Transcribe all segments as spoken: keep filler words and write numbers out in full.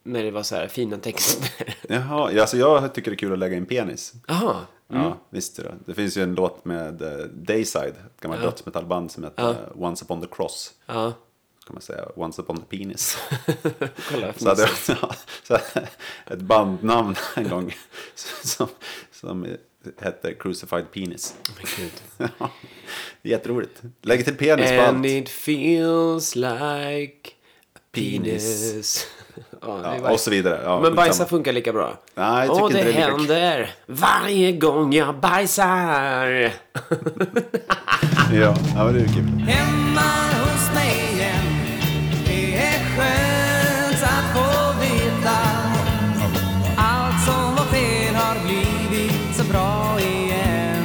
när det var så här fina texter. Jaha, alltså jag tycker det är kul att lägga in penis. Aha. Mm. Ja, visst är det. Det finns ju en låt med uh, Dayside, ett gammalt ja. dödsmetallband som heter ja. uh, Once Upon the Cross. Ja. Kan man säga, Once Upon the Penis. Kolla, så hade jag ja, så ett bandnamn en gång som, som hette Crucified Penis. Oh my God. Ja, jätteroligt. Lägg till penis på allt. And it feels like penis. penis. Ja, ja, och så vidare. Ja, men bajsa funkar lika bra. Nej, jag tycker och det, det händer varje gång jag bajsar. ja, ja, men det är kul. Hemma hos mig igen. Det är skönt att få veta. Allt som var fel har blivit så bra igen.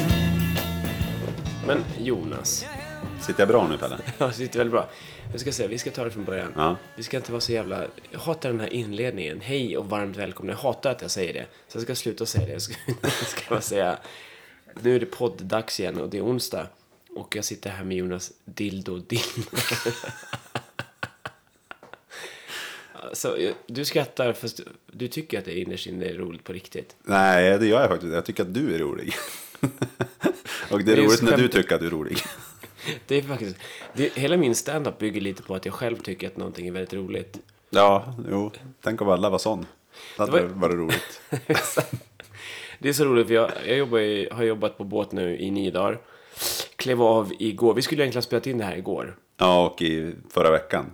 Men Jonas, sitter jag bra nu, Pelle? Ja, sitter väl bra. Jag ska säga, vi ska ta det från början. Ja. Vi ska inte vara så jävla... Jag hatar den här inledningen. Hej och varmt välkomna. Jag hatar att jag säger det. Så jag ska sluta säga det. Jag ska, jag ska bara säga... Nu är det podd-dags igen och det är onsdag. Och jag sitter här med Jonas Dildo Dildo. Så, du skrattar fast du tycker att det innerst inne är roligt på riktigt. Nej, det gör jag faktiskt. Jag tycker att du är rolig. Och det är, det är roligt när du tycker att du är rolig. Det är faktiskt... Det, hela min stand-up bygger lite på att jag själv tycker att någonting är väldigt roligt. Ja, jo. Tänk om alla var sån. Det hade det var... varit roligt. Det är så roligt för jag, jag jobbar i, har jobbat på båt nu i nio dagar. Klev av igår. Vi skulle egentligen spela in det här igår. Ja, och i förra veckan.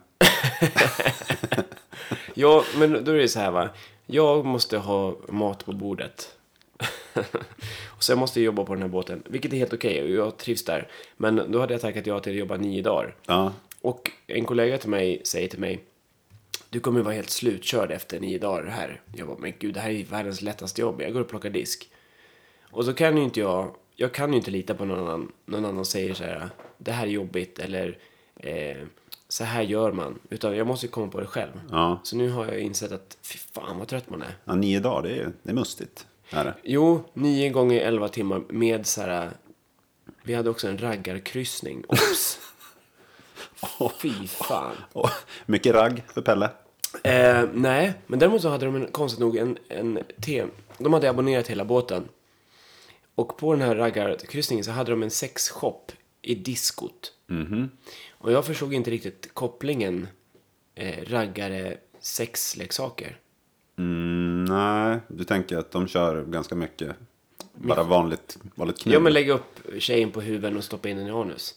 Ja, men då är det så här va. Jag måste ha mat på bordet. Och så jag måste jobba på den här båten. Vilket är helt okej och jag trivs där. Men då hade jag tackat ja till att jobba nio dagar. Ja. Och en kollega till mig säger till mig: du kommer vara helt slutkörd efter nio dagar här. Jag bara, men gud, det här är världens lättaste jobb. Jag går och plockar disk. Och så kan ju inte jag... Jag kan ju inte lita på någon annan. Någon annan säger så här: det här är jobbigt. Eller eh, så här gör man. Utan jag måste ju komma på det själv. Ja. Så nu har jag insett att fy fan vad trött man är. Ja, nio dagar, det är, det är mustigt. Är det? Jo, nio gånger elva timmar med så här... Vi hade också en raggarkryssning. Ops. Oh, fy fan. Oh, mycket ragg för Pelle. Eh, nej, men däremot så hade de en, konstigt nog en, en te. De hade abonnerat hela båten. Och på den här raggarkryssningen så hade de en sexshop i diskot. Mhm. Och jag förstod inte riktigt kopplingen eh, raggare sexleksaker. Mm, nej, du tänker att de kör ganska mycket bara vanligt, vanligt knull. Ja, men lägga upp tjejen på huvudet och stoppa in den i anus.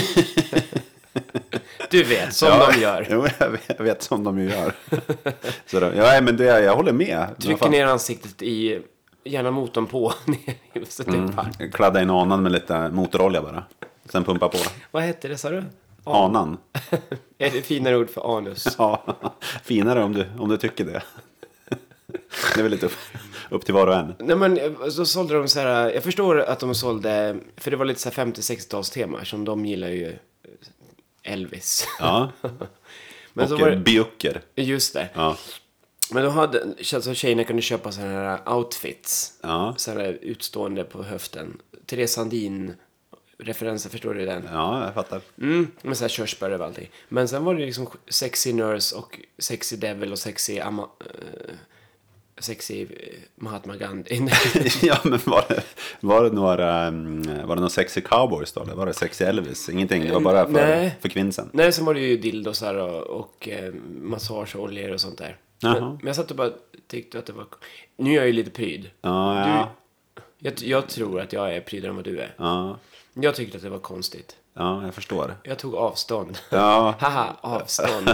Du vet, som ja, de gör. Jo, jag vet, jag vet som de ju gör. Så då, ja, men det, jag håller med. Trycker ner ansiktet i, gärna motorn på. mm, kladda in anan med lite motorolja bara. Sen pumpa på. Vad hette det, sa du? Anan. Är det finare ord för anus? Ja, finare om du, om du tycker det. Det är väl lite upp, upp till var och en. Nej, men så sålde de så här. Jag förstår att de sålde, för det var lite så här femtio-sextio-tals tema som de gillar ju Elvis. Ja. Men och så var det, bjucker. just det. Ja. Men då hade känns som tjejerna kunde köpa såna här outfits. Ja. Så här utstående på höften. Therese Sandin referenser, förstår du den? Ja, jag fattar. Mm, med så här körsbär över allting. Men sen var det liksom sexy nurse och sexy devil och sexy ama, uh, sexy Mahatma Gandhi. Ja, men var det, var det några var det några sexy cowboys då? Eller var det sexy Elvis? Ingenting, det var bara för, Nej. för kvinnsen. Nej, sen var det ju dildosar och, och eh, massageoljor och sånt där. Men, men jag satt och bara tyckte att det var... Nu är jag ju lite pryd. Ja, ja. Du, jag, jag tror att jag är prydare än vad du är. Ja. Jag tyckte att det var konstigt. Ja, jag förstår. Jag tog avstånd. Ja. Haha, avstånd.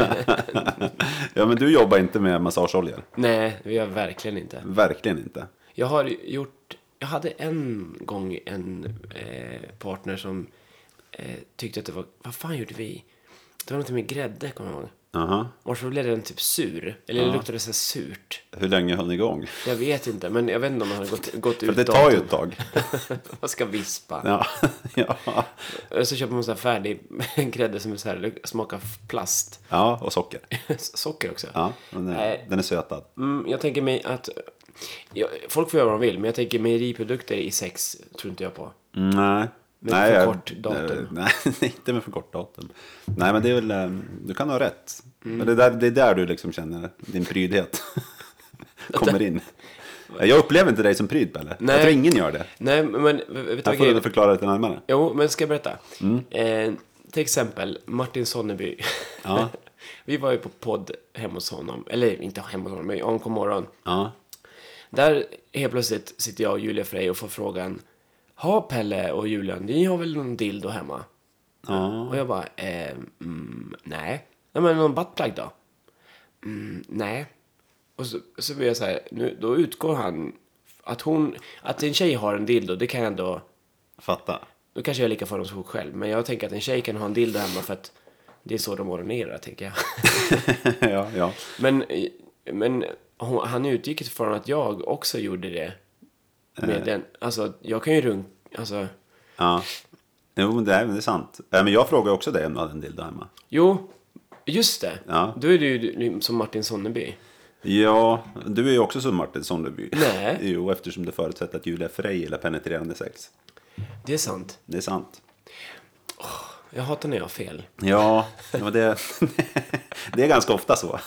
Ja, men du jobbar inte med massageoljor. Nej, det gör jag verkligen inte. Verkligen inte. Jag har gjort... Jag hade en gång en eh, partner som eh, tyckte att det var... Vad fan gjorde vi? Det var något med grädde, kommer jag ihåg. Aha. Och så blev den typ sur. Eller det luktade så surt. Hur länge höll ni igång? Jag vet inte, men jag vet inte om han hade gått, gått ut. För det tar ju ett tag. Man ska vispa. Ja. Ja. Så köper man så här färdig grädde som är så här, smakar plast. Ja, och socker. Socker också. Ja, den är, Nej. den är sötad. Mm, jag tänker mig att... Ja, folk får göra vad de vill, men jag tänker mejeriprodukter i sex tror inte jag på. Mm, nej. Med nej, för jag, kort datum. Nej, inte med för kort datum. Nej, men det är väl... Du kan ha rätt. Mm. Men det, där, det är där du liksom känner din prydhet kommer in. Jag upplever inte dig som pryd, Pelle. Nej. Jag tror ingen gör det. Nej, men vet du Jag får du förklara lite närmare. Jo, men ska jag berätta? Mm. Eh, till exempel Martin Sonneby. Ja. Vi var ju på podd hemma hos honom. Eller inte hemma hos honom, men om kom morgon. Ja. Där helt plötsligt sitter jag och Julia Frey och får frågan: ha Pelle och Julia, ni har väl någon dildo hemma? Ja. Och jag bara, eh, mm, nej. Nej, men någon buttplug då? Mm, nej. Och så, så blir jag så här, nu, då utgår han att hon, att en tjej har en dildo, det kan jag ändå, Fatta. då kanske jag är lika fördomsfull själv, men jag tänker att en tjej kan ha en dildo hemma för att det är så de onanerar, tänker jag. ja, ja. Men, men hon, han utgick ifrån att jag också gjorde det med den, alltså jag kan ju runk, alltså. Ja. Jo, men det är, det är sant. Äh, men jag frågar också dig om du hade en dildo hemma. Jo, just det. Ja. Då är du ju som Martin Sonneby. Ja, du är ju också som Martin Sonneby. Nej. Jo, eftersom du förutsätter att Julia Frey gillar penetrerande sex. Det är sant. Det är sant. Jag hatar när jag har fel. Ja, men det, det är ganska ofta så.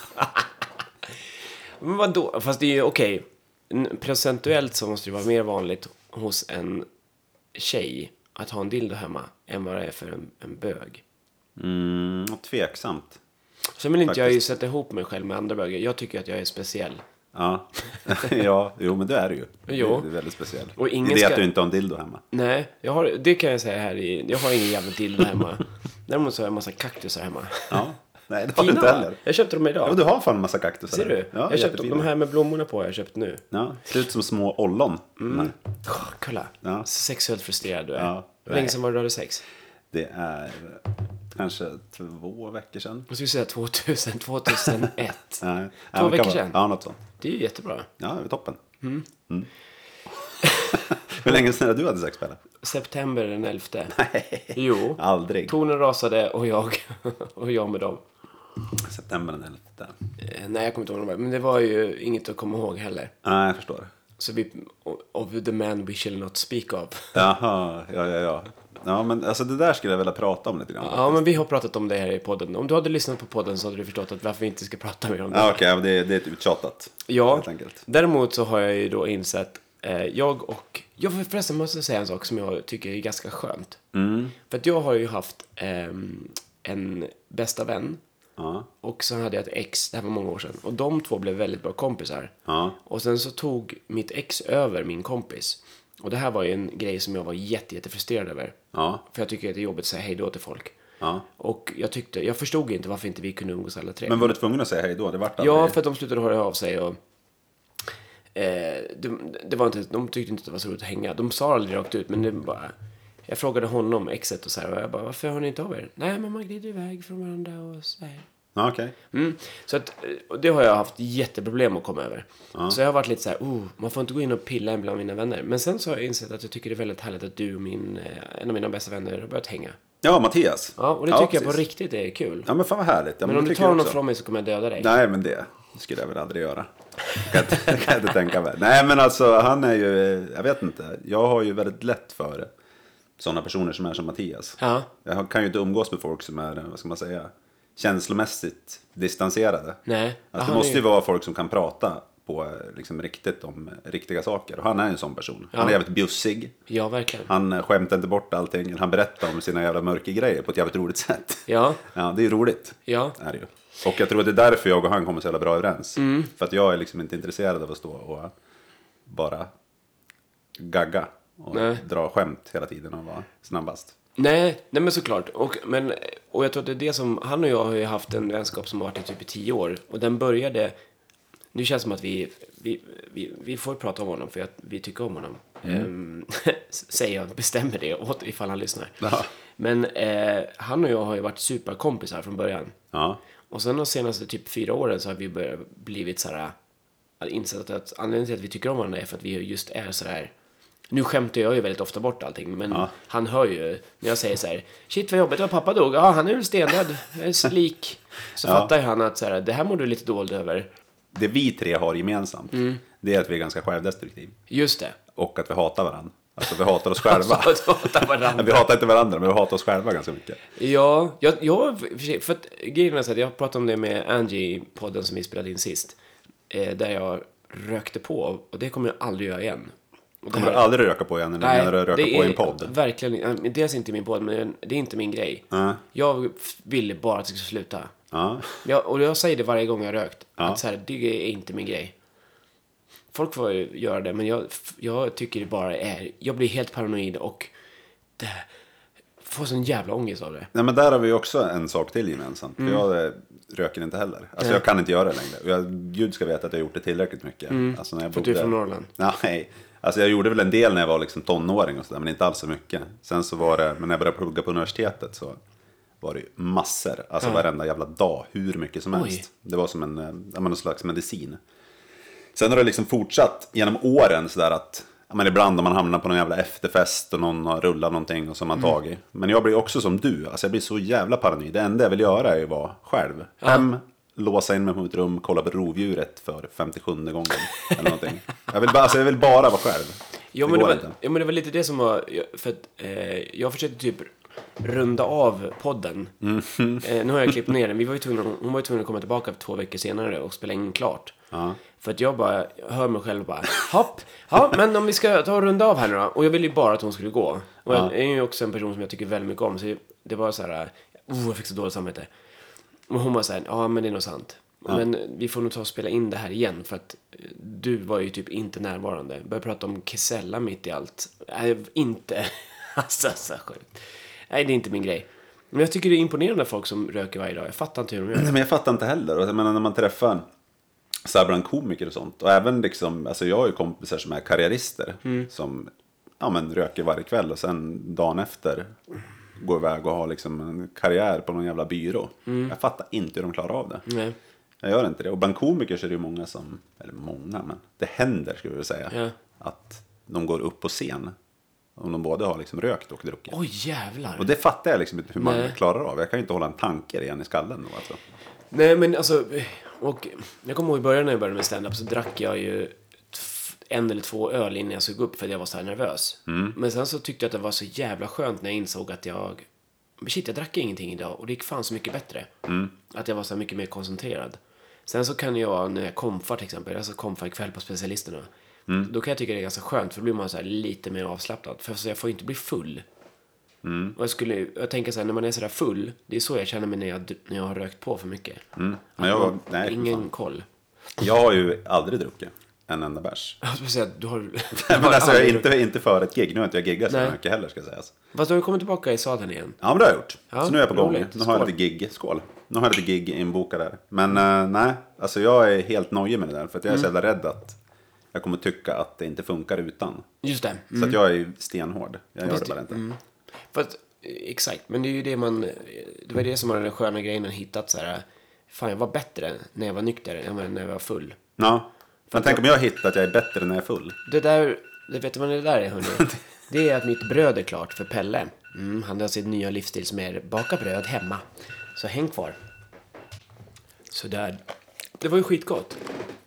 Men vadå? Fast det är ju okej. Okay. Procentuellt så måste det vara mer vanligt hos en tjej att ha en dildo hemma än vad det är för en, en bög. Mm, tveksamt. Så vill inte Faktiskt. jag ju sätta ihop mig själv med andra bögar. Jag tycker att jag är speciell. Ja, ja, jo, men det är det ju. Jo. Det är väldigt speciellt. Och ingen det är ska... att du inte har en dildo hemma. Nej, jag har, det kan jag säga här i... Jag har ingen jävla dildo hemma. Däremot så har jag en massa kaktusar hemma. Ja, nej, det har du Fina, inte va? heller. Jag köpte dem idag. Ja, du har fan en massa kaktusar. Ser du? Ja, jag köpte jättefina. de här med blommorna på. Jag har köpt nu. Ja, ser ut som små ollon. Mm. Oh, kolla. Ja. Sexuellt frustrerad du är. Ja. Hur länge sedan var det du hade sex? Det är kanske två veckor sedan. Jag skulle säga tvåtusen, tvåtusenett. Nej, Två nej, det kan veckor vara- sedan? Ja, något sånt. Det är ju jättebra. Ja, det är toppen. Mm. Hur länge sedan hade du hade sex, Pelle? September den elfte. Nej. Jo. Aldrig. Tornen rasade och jag och jag med dem. September den elfte. Eh, nej, jag kommer inte ihåg det. Men det var ju inget att komma ihåg heller. Nej, jag förstår. Så vi, of the man we shall not speak of. Jaha, ja, ja, ja. Ja, men alltså det där skulle jag vilja prata om lite grann. Ja, men vi har pratat om det här i podden. Om du hade lyssnat på podden så hade du förstått att varför vi inte ska prata mer om det. Ja, okej, okay, det, det är ett uttjatat. Ja, helt enkelt. däremot så har jag ju då insett, eh, jag och, jag förresten måste säga en sak som jag tycker är ganska skönt. Mm. För att jag har ju haft eh, en bästa vän Ja, och sen hade jag ett ex, det här var många år sedan. Och de två blev väldigt bra kompisar. ja, Och sen så tog mitt ex över min kompis. Och det här var ju en grej som jag var jätte, jätte frustrerad över. ja, För jag tycker att det är jobbigt att säga hej då till folk. ja. Och jag tyckte, jag förstod inte varför inte vi kunde umgås alla tre. Men var du tvungen att säga hej då? Det vart Ja, aldrig- för att de slutade höra av sig och eh, de, det var inte, de tyckte inte att det var så roligt att hänga. De sa aldrig rakt ut, men det bara... Jag frågade honom, exet och så här, och jag bara, varför har ni inte av er? Nej, men man glider iväg från varandra och så här. Ja, okej. Mm. Så att, och det har jag haft jätteproblem att komma över. Så jag har varit lite så här, oh, man får inte gå in och pilla bland mina vänner. Men sen så har jag insett att jag tycker det är väldigt härligt att du och min, eh, en av mina bästa vänner har börjat hänga. Ja, Mattias. Ja, och det Ja, tycker jag på precis. riktigt är kul. Ja, men fan vad härligt. Ja, men om det du tycker tar jag honom också. från mig så kommer jag döda dig. Nej, men det skulle jag väl aldrig göra. Det kan jag inte, det kan jag inte tänka mig. Nej, men alltså han är ju, jag vet inte. Jag har ju väldigt lätt för sådana personer som är som Mattias. Ja. Jag kan ju inte umgås med folk som är, vad ska man säga, känslomässigt distanserade. Nej. Alltså, Ja, det han måste är ju ju- vara folk som kan prata på liksom riktigt om riktiga saker. Och han är en sån person. Han är Ja. jävligt bjussig. Ja, verkligen. Han skämtar inte bort allting. Han berättar om sina jävla mörka grejer på ett jävligt roligt sätt. Ja, Ja, det är ju roligt. ja. Är det ju. Och jag tror att det är därför jag och han kommer så jävla bra överens. Mm. För att jag är liksom inte intresserad av att stå och bara gagga. Och Nej. dra skämt hela tiden och vara snabbast. Nej, nej men såklart. Och, men, och jag tror att det är det som, han och jag har ju haft en vänskap som har varit i typ i tio år. Och den började, nu känns det som att vi, vi, vi, vi får prata om honom för att vi tycker om honom. Mm. Säger jag, bestämmer det åt ifall han lyssnar. Ja. Men eh, han och jag har ju varit superkompisar från början. Ja. Och sen de senaste typ fyra åren så har vi börjat blivit så här, insett att anledningen till att vi tycker om varandra är för att vi just är så här. Nu skämtar jag ju väldigt ofta bort allting, men Ja. han hör ju när jag säger så här, shit vad jobbigt, vad pappa dog, ja han är väl stendöd, jag är lik. Så Ja. fattar ju han att så här, det här mår du lite dåligt över. Det vi tre har gemensamt, Mm. det är att vi är ganska självdestruktiva. Just det. Och att vi hatar varandra. Alltså vi hatar oss själva. Alltså, hatar varandra. Vi hatar inte varandra, men vi hatar oss själva ganska mycket. Ja, jag, jag för att grejen är så att jag pratade om det med Angie i podden som vi spelade in sist. Eh, där jag rökte på, och det kommer jag aldrig göra igen. Och Kommer du aldrig röka på igen eller när du röka på i en podd? Verkligen, dels inte min podd, men det är inte min grej. Uh. Jag ville bara att det skulle sluta. Uh. Jag, och jag säger det varje gång jag rökt. Uh. Att så här, det är inte min grej. Folk får göra det, men jag, jag tycker det bara är... Jag blir helt paranoid och det, får sån jävla ångest av det. Nej, men där har vi också en sak till gemensamt. Mm. För jag röker inte heller. Alltså Nej. jag kan inte göra det längre. Jag, Gud ska veta att jag har gjort det tillräckligt mycket. Mm. Alltså, när jag för att du är från Norrland? Nej, alltså jag gjorde väl en del när jag var liksom tonåring och sådär, men inte alls så mycket. Sen så var det, men när jag började plugga på universitetet så var det ju massor. Alltså ja. varenda jävla dag, hur mycket som helst. Oj. Det var som en, en slags medicin. Sen har det liksom fortsatt genom åren sådär att men ibland om man hamnar på någon jävla efterfest och någon har rullat någonting och så har man mm. tagit. Men jag blir också som du, alltså jag blir så jävla paranoid. Det enda jag vill göra är ju att vara själv. Ja. Hem, låsa in mig på mitt rum, kolla på rovdjuret för femtiosjunde gången eller någonting. Jag vill bara, alltså jag vill bara vara själv. Jo, det men det var, ja, men det var lite det som var, för att eh, jag försökte typ runda av podden. Mm. Eh, nu har jag klippt ner den. Vi var ju tvungna, hon var ju tvungen att komma tillbaka två veckor senare och spela in klart. Ja. För att jag bara jag hör mig själv bara hopp, ja, men om vi ska ta och runda av här nu då. Och jag ville ju bara att hon skulle gå. Och ja. jag är ju också en person som jag tycker väldigt mycket om. Så det var så här, oh, jag fick så dåligt samvete. Och hon var så här, ja men det är nog sant. Ja. Men vi får nog ta och spela in det här igen. För att du var ju typ inte närvarande. Började prata om Kesella mitt i allt. Nej, inte. Alltså, så sjukt. Nej, det är inte min grej. Men jag tycker det är imponerande folk som röker varje dag. Jag fattar inte hur de gör det. Nej, men jag fattar inte heller. Jag menar, när man träffar så här bland komiker och sånt. Och även liksom, alltså jag har ju kompisar som är karriärister. Mm. Som ja, men röker varje kväll och sen dagen efter går iväg och har liksom en karriär på någon jävla byrå. Mm. Jag fattar inte hur de klarar av det. Nej. Jag gör inte det. Och bland komiker så är det ju många som, eller många, men det händer skulle jag säga. Ja. Att de går upp på scen. Om de både har liksom rökt och druckit. Oj, jävlar. Och det fattar jag liksom inte hur man Nej. klarar av. Jag kan ju inte hålla en tanke igen i skallen då alltså. Nej, men alltså, och jag kommer ihåg i början när jag började med stand-up så drack jag ju en eller två öl innan jag såg upp för att jag var så här nervös. Mm. Men sen så tyckte jag att det var så jävla skönt när jag insåg att jag, men shit, jag drack ingenting idag och det gick fan så mycket bättre. Mm. Att jag var så här mycket mer koncentrerad. Sen så kan jag, när jag komfar till exempel, alltså komfar ikväll på specialisterna. Mm. Då kan jag tycka det är ganska skönt för då blir man så här lite mer avslappnad. För så jag får inte bli full. Mm. Och jag, skulle, jag tänker så här, när man är så där full, det är så jag känner mig när jag, när jag har rökt på för mycket. Mm. Men jag, har, nej, ingen koll. Jag har ju aldrig druckit en enda bärs. Jag skulle säga att du har... du men har alltså, jag inte, inte för ett gig. Nu har inte jag giggat så mycket heller, ska sägas. Fast du har kommit tillbaka i sadeln igen. Ja, men det har jag gjort. Ja, så nu är jag på gång. Nu har jag lite gig. Skål. Nu har jag lite gig inbokad där. Men uh, nej, alltså jag är helt nöjd med det där. För att jag är mm. så jävla rädd att jag kommer tycka att det inte funkar utan. Just det. Mm. Så att jag är ju stenhård. Jag gör Visst, det bara inte. Mm. För att, exakt, men det är ju det man... Det var det som var den sköna grejen att hittat så här... Fan, jag var bättre när jag var nykter än när jag var full. Ja, men tänk om jag hittat att jag är bättre när jag är full. Det där... Det vet du vad det där är, hörni? Det är att mitt bröd är klart för Pelle. Mm, han har sitt nya livsstil som är baka bröd hemma. Så häng kvar. Så där. Det var ju skitgott.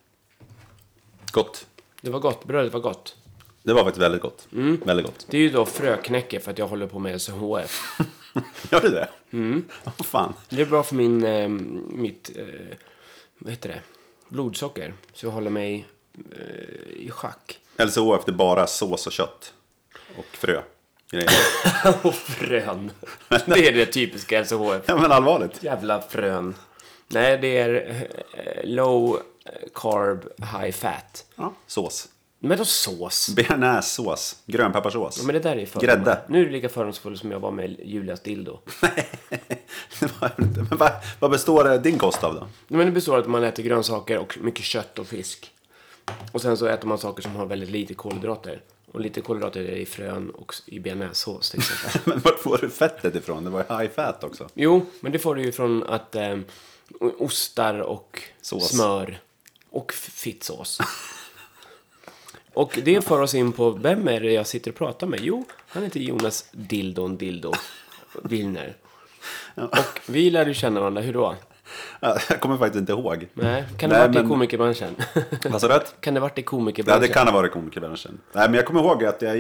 Gott. Det var gott, brödet var gott. Det var faktiskt väldigt gott. Mm. Väldigt gott. Det är ju då fröknäcke för att jag håller på med S H F. Gör du det? Mm. Oh, fan. Det är bra för min, eh, mitt, eh, vad heter det? Blodsocker. Så jag håller mig eh, i schack. S H F, det är bara sås och kött. Och frö. Och frön. Det är det typiska S H F. Ja, men allvarligt. Jävla frön. Nej, det är low carb, high fat. Ja, sås. Men då sås. Bearnaisesås. Grönpepparsås. Ja, men det där är fördomar. Grädde. Nu är det lika fördomsfull som jag var med Julias dildo. Nej, det var inte. Men vad, vad består din kost av då? Men det består av att man äter grönsaker och mycket kött och fisk. Och sen så äter man saker som har väldigt lite kolhydrater. Och lite kolhydrater är i frön och i bearnaisesås till exempel. Men vart får du fettet ifrån? Det var ju high fat också. Jo, men det får du ju från att eh, ostar och sås. Smör och fittsås. Och det för oss in på vem är det jag sitter och pratar med? Jo, han heter Jonas Dildon Dildo Wilner. Och vi lärde känna varandra, hur då? Ja, jag kommer faktiskt inte ihåg. Nej, kan det Nej, varit men... i komikerbranschen? Vad sa du? Kan det varit i komikerbranschen? Ja, det kan ha varit i komikerbranschen. Nej, men jag kommer ihåg att jag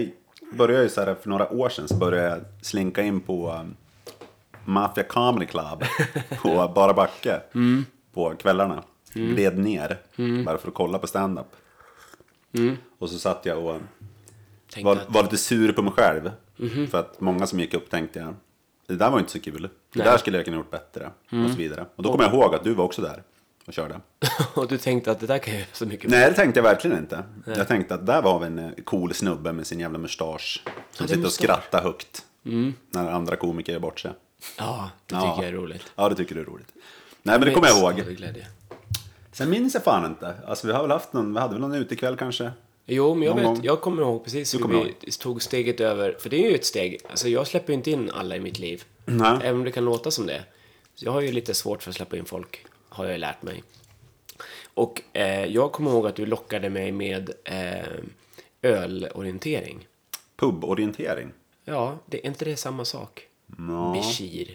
började ju så här, för några år sedan så började jag slinka in på um, Mafia Comedy Club på Bara Backe mm. på kvällarna. Mm. Gled ner mm. bara för att kolla på stand-up. Mm. Och så satt jag och var, att... var lite sur på mig själv. Mm-hmm. För att många som gick upp tänkte jag, det där var inte så kul. Det där skulle jag kunna gjort bättre. Mm. Och så vidare. Och då kom jag ihåg att du var också där och körde. Och du tänkte att det där kan jag så mycket. Nej, det tänkte jag verkligen inte. Nej. Jag tänkte att där var vi en cool snubbe med sin jävla mustasch. Som sitter och skrattar högt. Mm. När andra komiker är bort sig. Ja, det tycker ja. jag är roligt. Ja, det tycker du är roligt. Nej, men det kommer jag ihåg. Sen minns jag fan inte. Alltså vi har väl haft någon, vi hade väl någon utekväll kanske. Jo, men jag vet, gång. jag kommer ihåg precis hur vi ihåg. tog steget över. För det är ju ett steg, alltså jag släpper ju inte in alla i mitt liv. Nej. Även om det kan låta som det. Så jag har ju lite svårt för att släppa in folk, har jag lärt mig. Och eh, jag kommer ihåg att du lockade mig med eh, ölorientering. Puborientering? Ja, det är inte det samma sak? No. Beskir.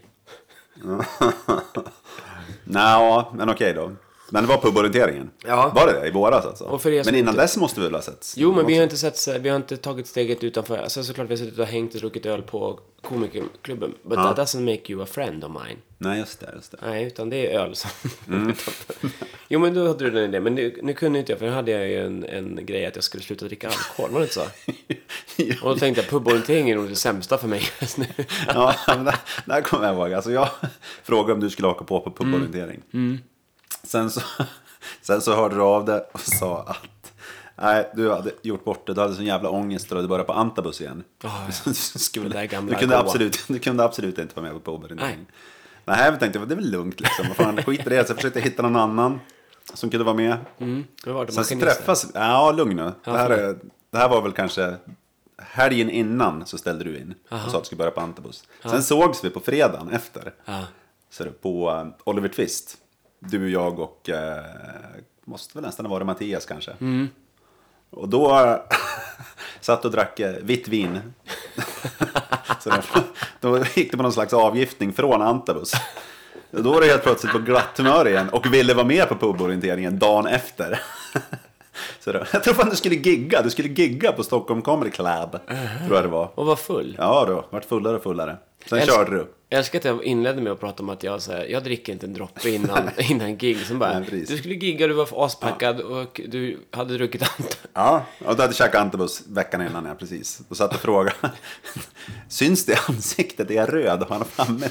Nej, men okej då. Men det var puborienteringen. Ja. Var det det? I våras alltså? Och för men innan inte... dess måste vi väl ha sett? Jo, men vi har inte sett, vi har inte tagit steget utanför. Alltså såklart vi har suttit och hängt och druckit öl på komikerklubben. But ja. that doesn't make you a friend of mine. Nej, just det, just det. Nej, utan det är öl som... Mm. Jo, men då hade du den idén. Men nu, nu kunde inte jag, för nu hade jag ju en, en grej att jag skulle sluta dricka alkohol. Var det inte så? Och då tänkte jag, puborientering är nog det sämsta för mig just nu. Ja, men där, där kommer jag ihåg. Alltså jag frågade om du skulle åka på på puborientering. Mm. Mm. Sen så, sen så hörde du av det och sa att nej, du hade gjort bort det. Du hade sån jävla ångest och du började på Antabus igen. Oh, ja. du, skulle, du, kunde absolut, du kunde absolut inte vara med på puborientering. Nej, jag tänkte det är väl lugnt liksom. Vad fan, skit i det. Så jag försökte hitta någon annan som kunde vara med. Mm, det var det. Sen så träffas, ja lugn nu. Det här, är, det här var väl kanske helgen innan så ställde du in. Aha. Och sa att du skulle börja på Antabus. Aha. Sen sågs vi på fredagen efter. Aha. Så det på uh, Oliver Twist. Du, jag och eh, måste väl nästan vara Mattias kanske. Mm. Och då satt och drack eh, vitt vin. Så då, då gick det på någon slags avgiftning från Antabus. Då var det helt plötsligt på glatt humör igen och ville vara med på puborienteringen dagen efter. Så då, jag tror fan du skulle gigga. Du skulle gigga på Stockholm Comedy Club. Uh-huh. Tror jag det var. Och var full. Ja, då vart fullare och fullare. Sen jag körde du. Jag älskar att jag inledde med att prata om att jag, så här, jag dricker inte en droppe innan, innan gig. Som bara, nej, du skulle gigga, du var för aspackad ja. Och du hade druckit Antabus. Ja, och du hade käkat Antabus veckan innan, ja, precis. Och satt och frågade, syns det i ansiktet? Är jag röd? Och han har framme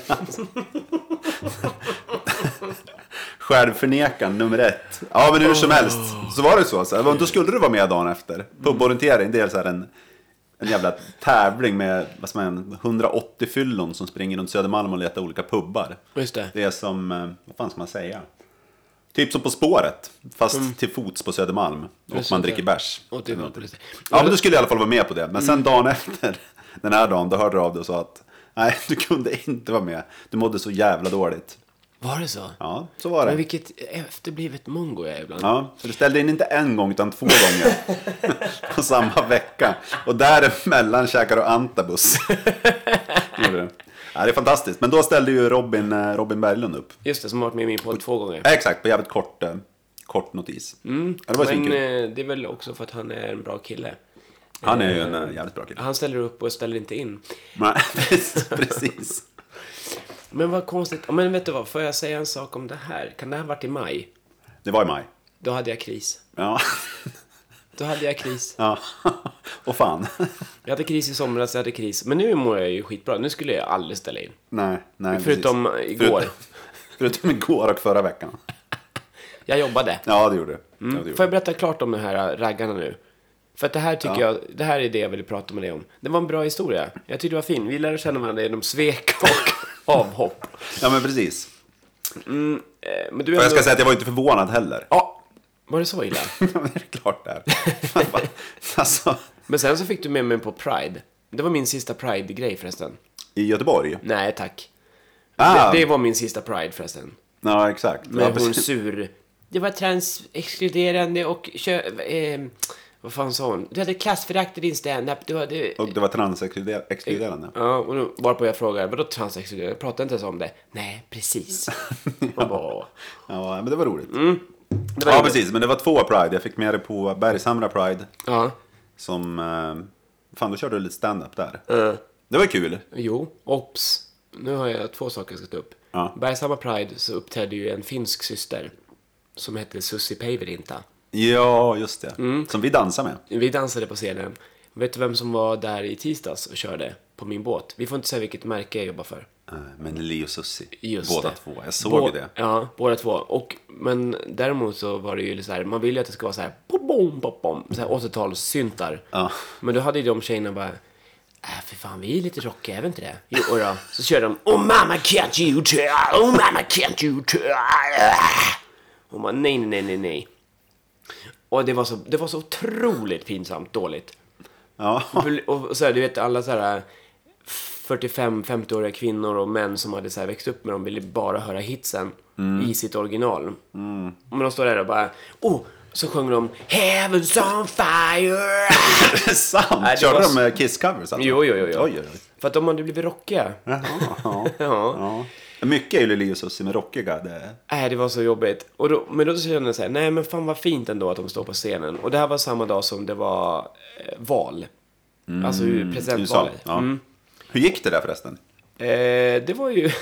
självförnekan nummer ett. Ja, men hur som helst. Så var det så. så. Då skulle du vara med dagen efter. Puborientering, det är så här en... En jävla tävling med vad som är, hundraåttio fyllon som springer runt Södermalm och letar olika pubbar. Just det. Det är som, vad fan ska man säga? Typ som På spåret, fast mm. till fots på Södermalm. Och just man dricker bärs. Och typ, ja, men du skulle i alla fall vara med på det. Men sen dagen efter, den här dagen, då hörde du av dig och sa att nej, du kunde inte vara med. Du mådde så jävla dåligt. Var det så? Ja, så var det. Men vilket efterblivet mongo jag är ibland. Ja, så du ställde in inte en gång utan två gånger på samma vecka. Och däremellan käkade du Antabus. Ja, det är fantastiskt. Men då ställde ju Robin, Robin Berglund upp. Just det, som har varit med i min podd två gånger. Ja, exakt, på jävligt kort, kort notis. Mm. Ja, det var men det är väl också för att han är en bra kille. Han är ju en jävligt bra kille. Han ställer upp och ställer inte in. Nej, precis. Men vad konstigt. Men vet du vad, får jag säga en sak om det här? Kan det ha varit i maj? Det var i maj. Då hade jag kris. Ja. Då hade jag kris. Ja. Och fan. Jag hade kris i somras, jag hade kris. Men nu mår jag ju skitbra. Nu skulle jag aldrig ställa in. Nej, nej. Förutom precis. Igår. Förutom, förutom igår och förra veckan. Jag jobbade. Ja, det gjorde du. Mm. Ja, får jag berätta klart om de här raggarna nu? För att det här tycker ja. jag, det här är det jag ville prata med dig om. Det var en bra historia. Jag tyckte det var fin. Vi lärde känna varandra genom svek och avhopp. Ja, men precis. Mm, men du ändå... Och jag ska säga att jag var inte förvånad heller. Ja, var det så illa? Ja, det är klart det är. Alltså. Men sen så fick du med mig på Pride. Det var min sista Pride-grej förresten. I Göteborg? Nej, tack. Ah. Det, det var min sista Pride förresten. Ja, exakt. Med ja, hon sur. Det var transexkluderande och... Kö, eh, vad fan sa hon? Du hade klassförakt i din stand-up. Du hade... Och det var transexkluderande. Ja, och då, varpå jag frågade, vadå transexkluderande? Jag pratade inte ens om det. Nej, precis. ja. Bara... ja, men det var roligt. Mm. Det var ja, roligt. Precis. Men det var två Pride. Jag fick med det på Bergshamra Pride. Ja. Som... Eh, Fan, då körde du lite stand-up där. Uh. Det var kul. Jo, ops. Nu har jag två saker jag ska ta upp. Ja. Bergshamra Pride så uppträdde ju en finsk syster som hette Sussi Päivärinta. Ja, just det. Mm. Som vi dansar med. Vi dansade på scenen. Vet du vem som var där i tisdags och körde på min båt? Vi får inte säga vilket märke jag jobbar för. Uh, men Li och Sussi. Just båda det. två. Jag såg Bå- det. Ja, båda två. Och, men däremot så var det ju så här, man ville ju att det ska vara så här, bom, bom, bom, bom, så här åttiotalssyntar. Ja. Men då hade ju de tjejerna bara, äh, för fan, vi är lite rockiga, är vi inte det? Jo, och då. Så körde de, oh mama can't you tell, oh mama can't you tell. Och man, nej, nej, nej, nej. Och det var så, det var så otroligt pinsamt dåligt. Ja. Och så här, du vet, alla så här fyrtiofem femtio-åriga kvinnor och män som hade så här växt upp med dem ville bara höra hitsen mm. i sitt original. Mm. Men de står där och bara, oh, så sjunger de Heaven's on fire. Det är sant. Nej, det Körde var de så- med Kiss-covers? Alltså? Jo, jo, jo, jo. Oj, oj, oj. För att de hade blivit rockiga. Jaha, ja. Ja. Ja. Mycket är ju Li och Sussi med rockiga. Det... Nej, det var så jobbigt. Och då, men då kände jag så här, nej men fan vad fint ändå att de står på scenen. Och det här var samma dag som det var eh, val. Mm. Alltså U S A, presidentvalet. ja. Mm. Hur gick det där förresten? Eh, det var ju...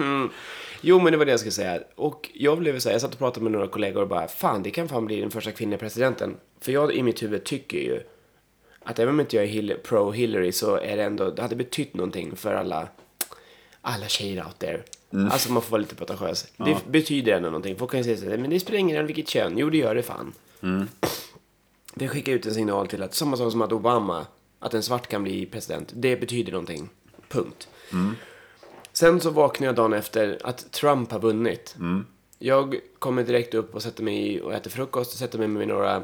jo, men det var det jag skulle säga. Och jag blev så här, jag satt och pratade med några kollegor och bara, fan, det kan fan bli den första kvinnliga presidenten. För jag i mitt huvud tycker ju att även om inte jag är Hill- pro-Hillary så är det ändå, det hade betytt någonting för alla, alla tjejer out there. Mm. Alltså man får vara lite pretentiös. Ja. Det betyder ändå någonting. Folk kan ju säga så här, men det spelar ingen roll vilket kön. Jo, det gör det fan. Mm. Det skickar ut en signal till att, samma sak som att Obama, att en svart kan bli president, det betyder någonting. Punkt. Mm. Sen så vaknar jag dagen efter att Trump har vunnit. Mm. Jag kommer direkt upp och sätter mig och äter frukost och sätter mig med några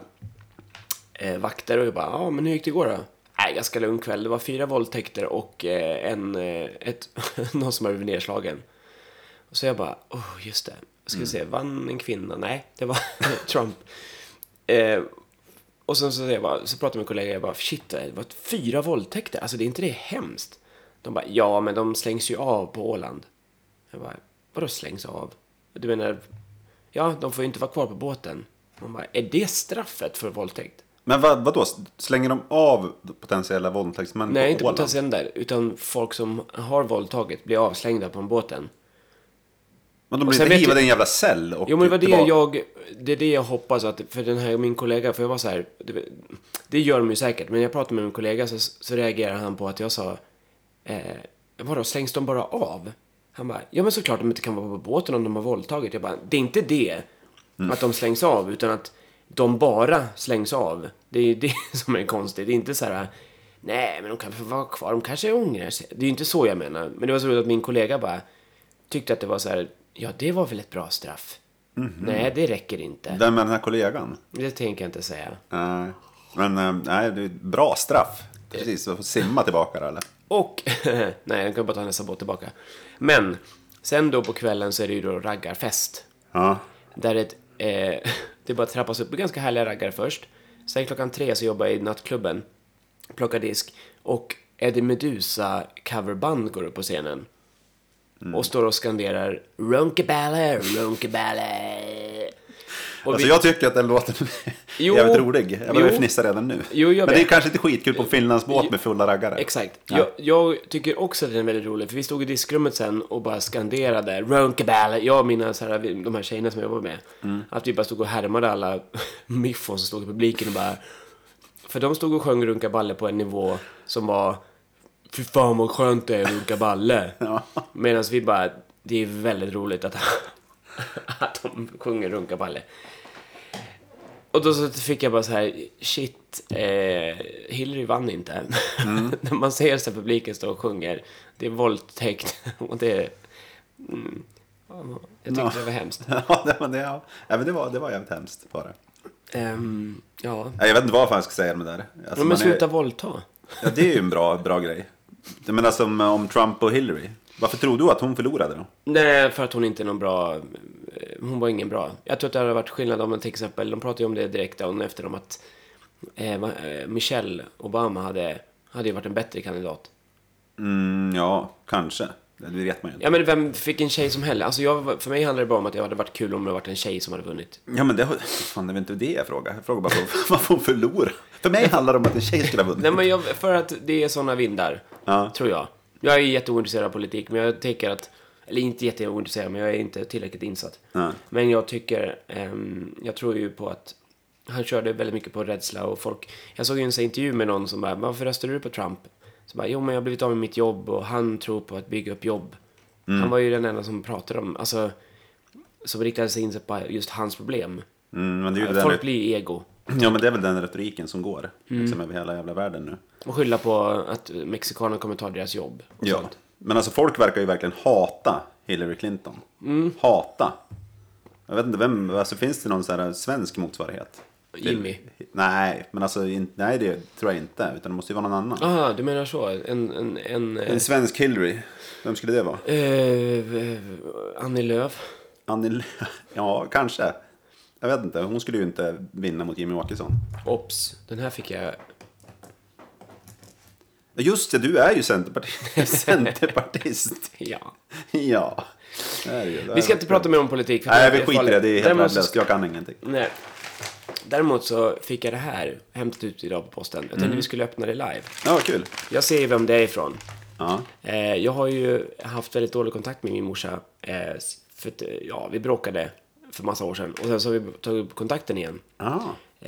eh, vakter och jag bara, ja men hur gick det igår då? Nej, ganska lugn kväll. Det var fyra våldtäkter och eh, en, eh, ett, någon som har blivit nedslagen. Och så jag bara, oh just det. Jag ska mm. se, vann en kvinna? Nej, det var Trump. Eh, och sen så, jag bara, så pratade jag med kollegor och jag bara, shit, det var fyra våldtäkter. Alltså det är inte det hemskt? De bara, ja men de slängs ju av på Åland. Jag bara, vadå slängs av? Du menar, ja de får ju inte vara kvar på båten. Man bara, är det straffet för våldtäkt? Men vad, vadå, slänger de av potentiella våldtäktsmän på Nej, inte Åland? potentiella där, utan folk som har våldtagit blir avslängda på en båten. Men de Och blir sen inte vet hivade du- i en jävla cell och Jo men det var det tillbaka. jag, det är det jag hoppas att, för den här, min kollega, för jag var så här, det, det gör de ju säkert, men jag pratade med min kollega så, så reagerade han på att jag sa, eh, vadå, slängs de bara av? Han bara, ja men såklart de inte kan vara på båten om de har våldtagit. Jag bara, det är inte det, mm. att de slängs av, utan att de bara slängs av. Det är det som är konstigt, det är inte så här, nej men de kan få vara kvar, de kanske ångrar sig. Det är ju inte så jag menar, men det var så roligt att min kollega bara tyckte att det var så här, ja det var väl ett bra straff. Mm-hmm. Nej, det räcker inte. Vem är den här kollegan? Det tänker jag inte säga. Nej, men äh, nej, det är ett bra straff. Precis, så får simma tillbaka där, eller? Och, nej jag kan bara ta nästa båt tillbaka. Men, sen då på kvällen så är det ju då raggarfest. Ja. Där ett, eh, det bara trappas upp med ganska härliga raggar först. Sen klockan tre så jobbar jag i nattklubben. Plockar disk. Och Eddie Meduza coverband går upp på scenen. Mm. Och står och skanderar Runkaballe, Runkaballe. Och Alltså vi- jag tycker att den låten är Jo. jävligt rolig. Jag börjar Jo. fnissa redan nu. Jo, jag Men det är vet. kanske inte skitkul på en Finlandsbåt Jo. med fulla raggare. Exakt. Ja. Jag, jag tycker också att den är väldigt rolig. För vi stod i diskrummet sen och bara skanderade Runkaballe. Jag och mina så här, vi- de här tjejerna som jag jobbar med. Mm. Att vi bara stod och härmade alla miffon som stod i publiken och bara... För de stod och sjöng Runkaballe på en nivå som var... Fy fan vad skönt det är Runkaballe. Ja. Medan vi bara... Det är väldigt roligt att, att de sjunger Runkaballe. Och då så fick jag bara så här, shit, eh, Hillary vann inte. Mm. När man ser så här publiken stå och sjunger, det är våldtäkt och det är... Mm, jag tyckte Ja. det var hemskt. Ja, det var, det, ja. Ja, men det var, det var jävligt hemskt bara. Um, ja. Nej, jag vet inte vad fan jag ska säga med det där. Alltså, Ja, men man sluta är, våldta. ja, det är ju en bra, bra grej. Jag menar som om Trump och Hillary. Varför tror du att hon förlorade då? Nej, för att hon inte är någon bra... eh, Hon var ingen bra. Jag tror att det hade varit skillnad om man till exempel... De pratade ju om det direkt dagen efter om att eh, va- eh, Michelle Obama hade, hade ju varit en bättre kandidat. Mm, ja, kanske. Det vet man ju inte. Ja, men vem fick en tjej som helst? Alltså jag, för mig handlar det bara om att det hade varit kul om det varit en tjej som hade vunnit. Ja, men det, har- fan, det är inte det jag frågar. Jag frågar bara vad får hon förlora? För mig handlar det om att en tjej skulle ha vunnit. Nej, men jag, för att det är såna vindar, Ja. tror jag. Jag är jätteointresserad av politik, men jag tycker att... Eller inte jätteointresserad, men jag är inte tillräckligt insatt. Ja. Men jag tycker... ehm, jag tror ju på att... Han körde väldigt mycket på rädsla och folk... Jag såg ju en sån intervju med någon som bara... Varför röstar du på Trump? Så bara, jo men jag har blivit av med mitt jobb och han tror på att bygga upp jobb. Mm. Han var ju den enda som pratade om... Alltså... Som riktade sig in sig på just hans problem. Mm, men det är ju Folk den, blir ju ego. ja, men det är väl den retoriken som går Mm. liksom över hela jävla världen nu. Och skylla på att mexikaner kommer ta deras jobb. Och Ja. sånt. Men alltså folk verkar ju verkligen hata Hillary Clinton. Mm. Hata. Jag vet inte vem, alltså finns det någon sån här svensk motsvarighet? Jimmy. Nej, men alltså in, nej det tror jag inte, utan det måste ju vara någon annan. Ah, du menar så? En... en, en, En svensk Hillary, vem skulle det vara? eh, Annie Lööf. Annie, ja, kanske. Jag vet inte, hon skulle ju inte vinna mot Jimmy Åkesson. Ops, den här fick jag... Just det, du är ju centerpartist. Centerpartist. Ja. Ja. Det är ju, det Vi ska är- inte prata mer om politik. För Nej, det vi är skiter i det, det är helt Däremot så- värdelöst. Jag kan ingenting. Nej. Däremot så fick jag det här hämtat ut idag på posten. Jag tänkte vi skulle öppna det live. Ja, kul. Jag ser ju vem det är ifrån. Ja. Eh, jag har ju haft väldigt dålig kontakt med min morsa. Eh, för att, eh, ja, vi bråkade för massa år sedan. Och sen så har vi tagit upp kontakten igen. Ah.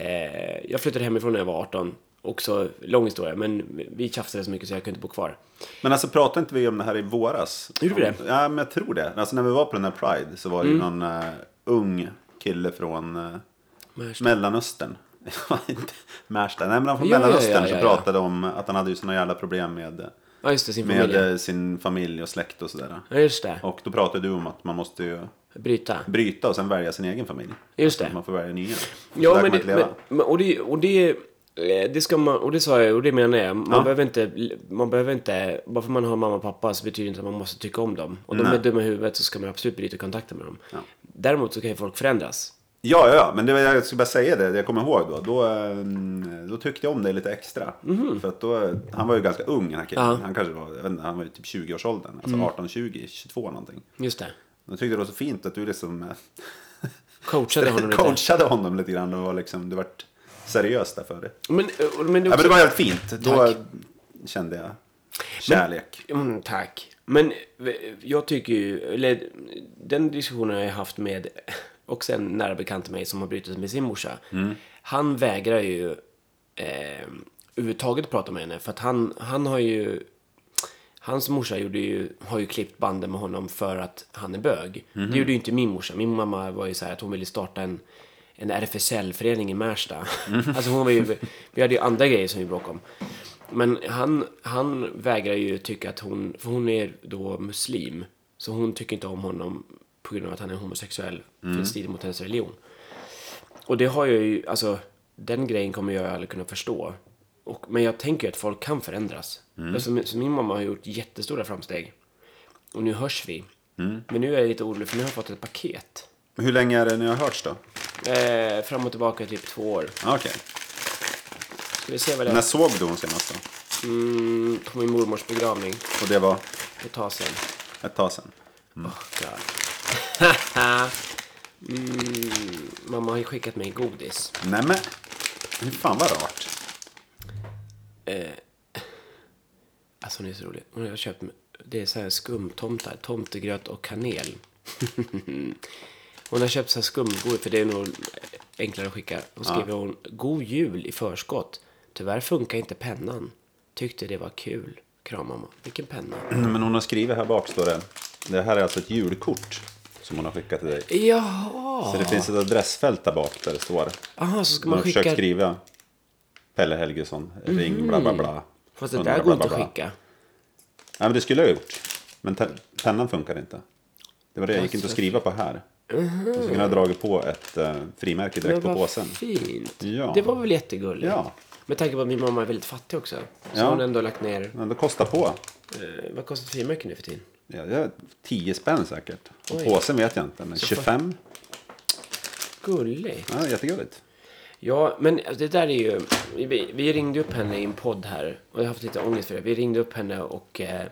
Eh, jag flyttade hemifrån när jag var arton. Också lång historia, men vi tjafsade så mycket så jag kunde inte bo kvar. Men alltså pratade inte vi om det här i våras? Gjorde vi det? Ja, men jag tror det. Alltså när vi var på den här Pride så var det ju någon uh, ung kille från uh, Märsta. Mellanöstern. Inte Märsta. Nej, men han från Ja, ja, Mellanöstern ja, ja, som ja. pratade om att han hade ju såna jävla problem med, Ja, just det, sin med familj. eh, sin familj och släkt och sådär. Ja, just det. Och då pratade du om att man måste ju Bryta. bryta och sen välja sin egen familj. Just det. Man får välja nya. Ja, Där men kan man det, inte leva. men, men, och det, och det, eh, det ska man, och det sa jag, och det menar jag. Man Ja. behöver inte, man behöver inte, bara för man har mamma och pappa så betyder det inte att man måste tycka om dem. Och de Nej. är dumma i huvudet så ska man absolut bryta kontakten med dem. Ja. Däremot så kan ju folk förändras. Ja, ja, ja, men det, var- jag ska bara säga det, jag kommer ihåg då. Då, eh, då tyckte jag om det lite extra. För att då, han var ju ganska ung den här killen. Ja. Han kanske var, jag vet inte, han var ju typ tjugo-årsåldern. Alltså arton, tjugo, tjugotvå någonting. Just det. Då tyckte jag det var så fint att du liksom eh, Coachade honom lite. coachade honom lite grann. Och var liksom, du vart seriös där för det. Men, och- men det Ja, också, men det var helt fint. Då Tack. kände jag kärlek. Mm, tack. Men eh, jag tycker ju, eller den diskussionen har jag haft med också en nära bekant till mig som har brutit med sin morsa. Han vägrar ju eh, överhuvudtaget prata med henne för att han, han har ju, hans morsa gjorde ju, har ju klippt banden med honom för att han är bög. Det gjorde ju inte min morsa. Min mamma var ju så här att hon ville starta en en R F S L-förening i Märsta. Alltså hon var ju, vi hade ju andra grejer som vi bråkade om. Men han, han vägrar ju tycka att hon, för hon är då muslim. Så hon tycker inte om honom på grund av att han är homosexuell. För det strider mot hennes religion. Och det har jag ju, alltså den grejen kommer jag aldrig kunna förstå. Och, men jag tänker ju att folk kan förändras. Alltså, så min mamma har gjort jättestora framsteg. Och nu hörs vi. Men nu är jag lite orolig för nu har jag fått ett paket. Hur länge är det ni har hörts då? Eh, fram och tillbaka typ två år. Ah, Okej. Ska vi se vad det När är? såg du hon senast då? Mm, på min mormors begravning. Och det var Ett tag sedan. ett tag sedan. Åh, God. mm, mamma har ju skickat mig godis. Nej men, hur fan vad rart. Alltså hon är så rolig. Hon har köpt, det är så här skumtomtar, tomtegröt och kanel. Hon har köpt så här skumgodis för det är nog enklare att skicka. Och skriver hon, god jul i förskott. Tyvärr funkar inte pennan. Tyckte det var kul. Kram mamma. Vilken penna. Men hon har skrivit här bak står det. Det här är alltså ett julkort som hon har skickat till dig. Jaha. Så det finns ett adressfält där bak där det står. Aha, så ska Man man har försökt skicka... skriva Pelle Helgesson, ring bla bla bla. Fast det Undrar där bla, går inte bla, att bla. skicka. Nej men det skulle jag ha gjort. Men te- pennan funkar inte. Det var det jag gick inte att skriva på här. Och så kunde jag dragit på ett uh, frimärke direkt Men på vad påsen. fint. Ja. Det var väl jättegulligt. Ja. Med tanke på att min mamma är väldigt fattig också. Så Ja. har hon ändå lagt ner... Men det kostar på. Eh, vad kostar frimärken nu för tiden? Ja, det är tio spänn säkert. Och Oj. påsen vet jag inte. Men Så tjugofem. Gulligt. Ja, jättegulligt. Ja, men det där är ju... Vi, vi ringde upp henne i en podd här. Och jag har haft lite ångest för det. Vi ringde upp henne och eh,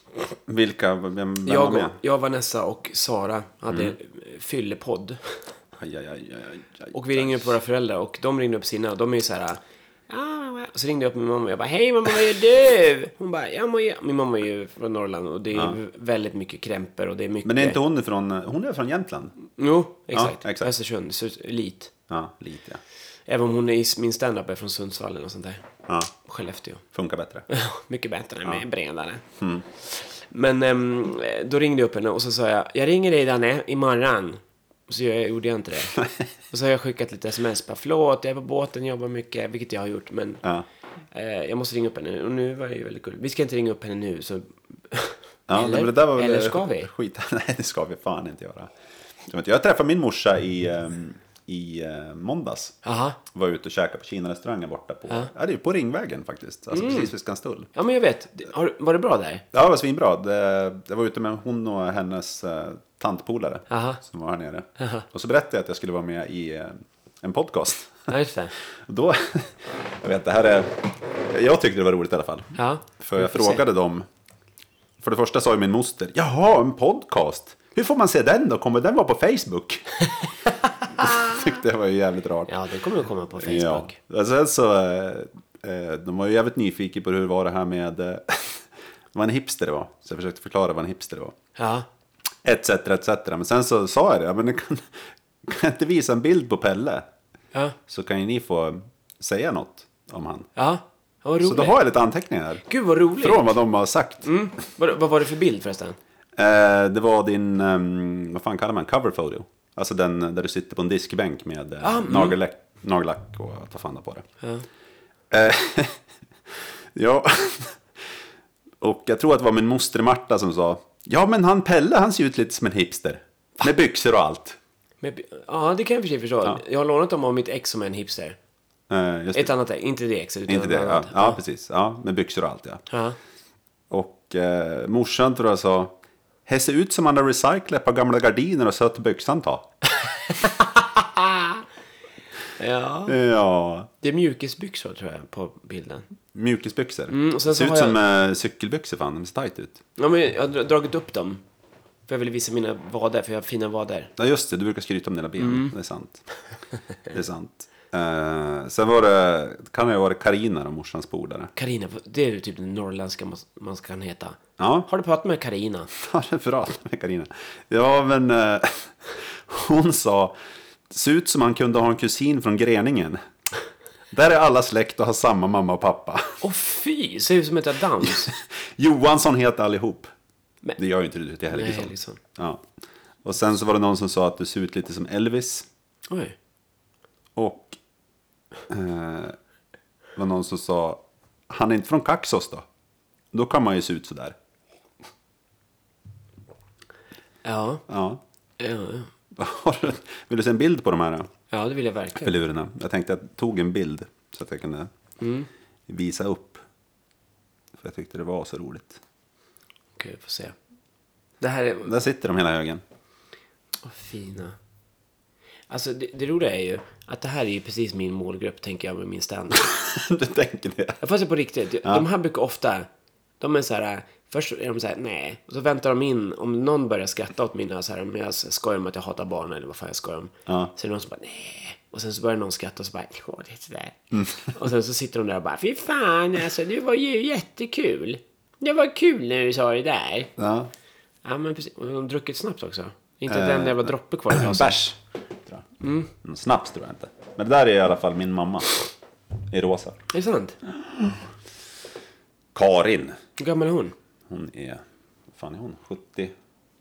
Vilka, vem, vem Jag, var med? och, jag, Vanessa och Sara hade mm. fyllepodd. Aj, aj, aj, aj, aj, och vi ringde upp våra föräldrar och de ringde upp sina och de är ju så här. Ah, och så ringde jag upp min mamma och jag bara, hej mamma, vad gör du? Hon bara, ja, må jag. Min mamma är ju från Norrland och det är ja. väldigt mycket krämper och det är mycket... Men är inte hon från, hon är från Jämtland? Jo, exakt. Ja, exakt. Östersund, så lit. Ja, lit, ja. Även om hon är min stand-up är från Sundsvall och sånt där. Ja. Skellefteå. Funkar bättre. Mycket bättre ja. med bredare. Mm. Men um, då ringde jag upp henne och så sa jag, jag ringer dig Danne imorgon. Och så jag, gjorde jag inte det. Och så har jag skickat lite sms. Bara, förlåt, jag är på båten, jobbar mycket. Vilket jag har gjort. Men ja. eh, jag måste ringa upp henne. Och nu var det ju väldigt kul. Vi ska inte ringa upp henne nu. Så... Ja, eller, det där var väl eller ska vi? Skit. Nej, det ska vi fan inte göra. Jag träffade min morsa i, um, i uh, måndags. Aha. Var ute och käkade på Kina-restaurangen borta på, ja. Ja, det är på Ringvägen faktiskt. Alltså mm. precis vid Skanstull. Ja, men jag vet. Har, var det bra där? Ja, det var svinbra. Det, det var ute med hon och hennes uh, tantpolare Aha. som var här nere. Aha. Och så berättade jag att jag skulle vara med i uh, en podcast. Ja, just det. Och då, jag vet, det här är, jag tyckte det var roligt i alla fall. Ja. För jag frågade se. dem, för det första sa ju min moster, jaha, en podcast. Hur får man se den då? Kommer den vara på Facebook? Jag tyckte det var ju jävligt rart. Ja, det kommer att komma på Facebook. Ja. Och sen så, eh, de var ju jävligt nyfikna på hur det var det här med, eh, vad en hipster det var. Så jag försökte förklara vad en hipster var. Ja. Etc, et cetera. Men sen så sa jag det, men kan, kan jag inte visa en bild på Pelle? Ja. Så kan ju ni få säga något om han. Ja, vad roligt. Så då har jag lite anteckningar. Gud vad roligt. Från vad de har sagt. Mm. Vad, vad var det för bild förresten? Eh, det var din, um, vad fan kallar man, cover photo. Alltså den där du sitter på en diskbänk med eh, ah, nagellack, mm. nagellack och ta fan på det. Ja. Eh, ja. Och jag tror att det var min moster Marta som sa, ja men han Pelle, han ser ut lite som en hipster. Med byxor och allt. Med, ja, det kan jag för sig förstå. Ja. Jag har lånat dem av mitt ex som är en hipster. Eh, just Ett annat ex, inte det exet utan inte det, ja. annat. Ja, ja, precis. Ja, med byxor och allt, ja. Ja. Och eh, morsan tror jag sa, det ser ut som man har recyclat på gamla gardiner och sött byxan ta. Ja. Ja. Det är mjukisbyxor tror jag på bilden. Mjukisbyxor. Mm, och sen det ser så ut har som jag... äh, cykelbyxor fan, de ser tajt ut. Ja, men jag har dragit upp dem. För jag vill visa mina vader, för jag har fina vader. Ja just det, du brukar skryta om dina ben. Mm. Det är sant. Det är sant. Uh, sen var det, kan det ha varit Carina och morsans polare. Carina, det är ju typ den norrländska man ska kan heta. Ja. Har du pratat med Carina? Ja, det är bra med Carina. Ja, men uh, hon sa, ser ut som man kunde ha en kusin från Greningen. Där är alla släkt och har samma mamma och pappa. Åh fy, ser ut som ett dans. Johansson heter allihop. Men, det gör ju inte du till Helgesson. Liksom. Ja. Och sen så var det någon som sa att du ser ut lite som Elvis. Oj. Och eh, var någon som sa, han är inte från Kaxås då? Då kan man ju se ut sådär. Ja. Ja. Ja, ja. Vill du se en bild på de här? Ja, det vill jag verkligen. Filurerna. Jag tänkte att jag tog en bild så att jag kunde mm. visa upp. För jag tyckte det var så roligt. Okej, vi får se. Det här är... Där sitter de hela högen. Åh, fina. Alltså, det, det roliga är ju att det här är ju precis min målgrupp, tänker jag, med min stand. Du tänker det? Jag får se på riktigt. Ja. De här brukar ofta... De är så här... Först är de så här, nej. Och så väntar de in, om någon börjar skratta åt mina så här, om jag skojar om att jag hatar barn eller vad fan jag skojar om. Ja. Så är det någon som bara, nej. Och sen så börjar någon skratta och så bara, åh, det är sådär. Mm. Och sen så sitter de där och bara, fy fan, alltså, det var ju jättekul. Det var kul när du sa det där. Ja. Ja, men precis. Och de har druckit snaps också. Inte äh, den jävla droppe kvar i glaset. Bärs. Mm. Snaps tror jag inte. Men det där är i alla fall min mamma. I rosa. Är det sant? Karin. Hur gammal är hon? Hon är, vad fan är hon? sjuttioett.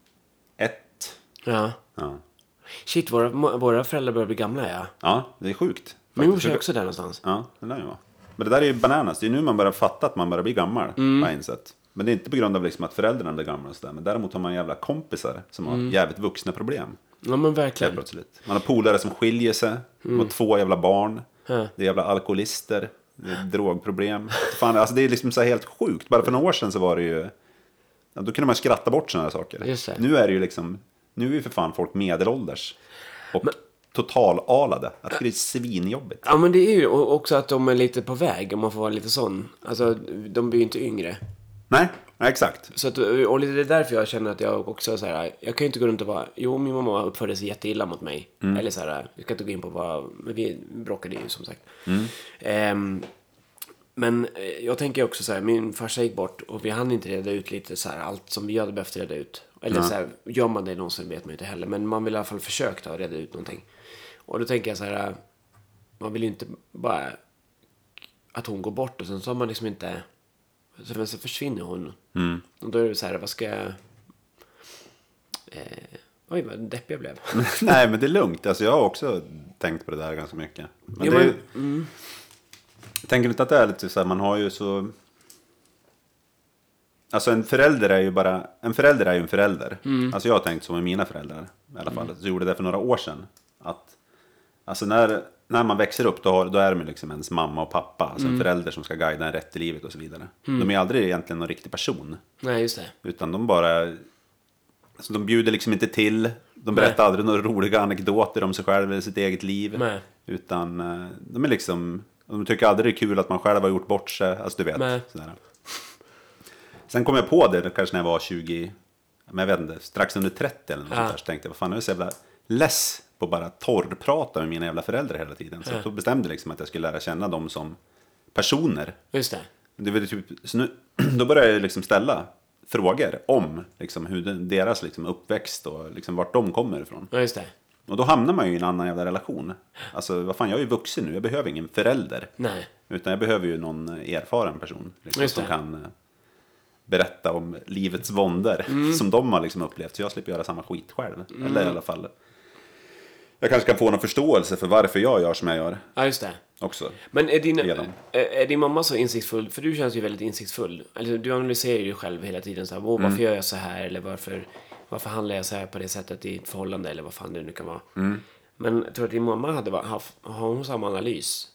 Ja. Ja. Shit, våra, våra föräldrar börjar bli gamla, ja. Ja, det är sjukt. Min morsa är också där någonstans. Ja, det lär ju vara. Men det där är ju bananas. Det är nu man börjar fatta att man börjar bli gammal. Mm. På insett. Men det är inte på grund av liksom att föräldrarna blir gamla och sådär. Men däremot har man jävla kompisar som mm. har jävligt vuxna problem. Ja, men verkligen. Man har polare som skiljer sig. Mm. Man har två jävla barn. Ja. Det är jävla alkoholister. Det är drogproblem. Fan, alltså det är liksom så här helt sjukt. Bara för några år sedan så var det ju... Ja, då kunde man skratta bort sådana här saker. Just det. Nu är det ju liksom... Nu är ju för fan folk medelålders. Och men, totalalade. Att det är svinjobbigt. Ja, men det är ju också att de är lite på väg. Om man får vara lite sån. Alltså, de blir ju inte yngre. Nej, nej exakt. Så att, och det är därför jag känner att jag också så här, jag kan ju inte gå runt och vara, jo min mamma uppförde sig jätteilla mot mig. Mm. Eller så här, jag ska inte gå in på vad, men vi bråkade ju som sagt. Mm. Ehm, men jag tänker också så här, min farsa gick bort och vi hann inte reda ut lite så här, allt som vi hade behövt reda ut. Eller ja. Så här, gör man det någonsin vet man inte heller, men man vill i alla fall försöka reda ut någonting. Och då tänker jag så här, man vill ju inte bara att hon går bort och sen så har man liksom inte, så, så försvinner hon. Mm. Och då är det så här, vad ska jag... Eh, oj, vad deppig jag blev. Nej, men det är lugnt. Alltså, jag har också tänkt på det där ganska mycket. Men jo, det är ju... men, mm. Jag tänker inte att det är lite så här, man har ju så... Alltså en förälder är ju bara... En förälder är ju en förälder. Mm. Alltså jag har tänkt så med mina föräldrar i alla fall. Mm. Så gjorde det för några år sedan. Att... Alltså när... När man växer upp då, har, då är de liksom ens mamma och pappa. Alltså mm. en förälder som ska guida en rätt i livet och så vidare. Mm. De är aldrig egentligen någon riktig person. Nej, just det. Utan de bara... Alltså de bjuder liksom inte till. De berättar Nej. aldrig några roliga anekdoter om sig själv eller sitt eget liv. Nej. Utan de är liksom... De tycker aldrig det är kul att man själv har gjort bort sig. Alltså du vet. Sådär. Sen kom jag på det kanske när jag var tjugo... Men jag vet inte, strax under trettio eller något ja. sånt där. Så tänkte jag, vad fan är det så jävla less på bara torrprata med mina jävla föräldrar hela tiden. Så ja. jag bestämde liksom att jag skulle lära känna dem som personer. Just det. Det var typ, så nu, då började jag liksom ställa frågor om liksom hur deras liksom uppväxt och liksom vart de kommer ifrån. Ja, just det. Och då hamnar man ju i en annan jävla relation. Alltså, vad fan, jag är ju vuxen nu. Jag behöver ingen förälder. Nej. Utan jag behöver ju någon erfaren person. Liksom, som kan berätta om livets våndor. Mm. Som de har liksom upplevt. Så jag slipper göra samma skit själv. Mm. Eller i alla fall... Jag kanske kan få någon förståelse för varför jag gör som jag gör. Ja, just det. Också. Men är din, är, är din mamma så insiktsfull? För du känns ju väldigt insiktsfull. Alltså, du analyserar ju själv hela tiden. Så här, varför mm. gör jag så här? Eller varför, varför handlar jag så här på det sättet i ett förhållande? Eller vad fan det nu kan vara. Mm. Men jag tror att din mamma hade haft, har hon samma analys?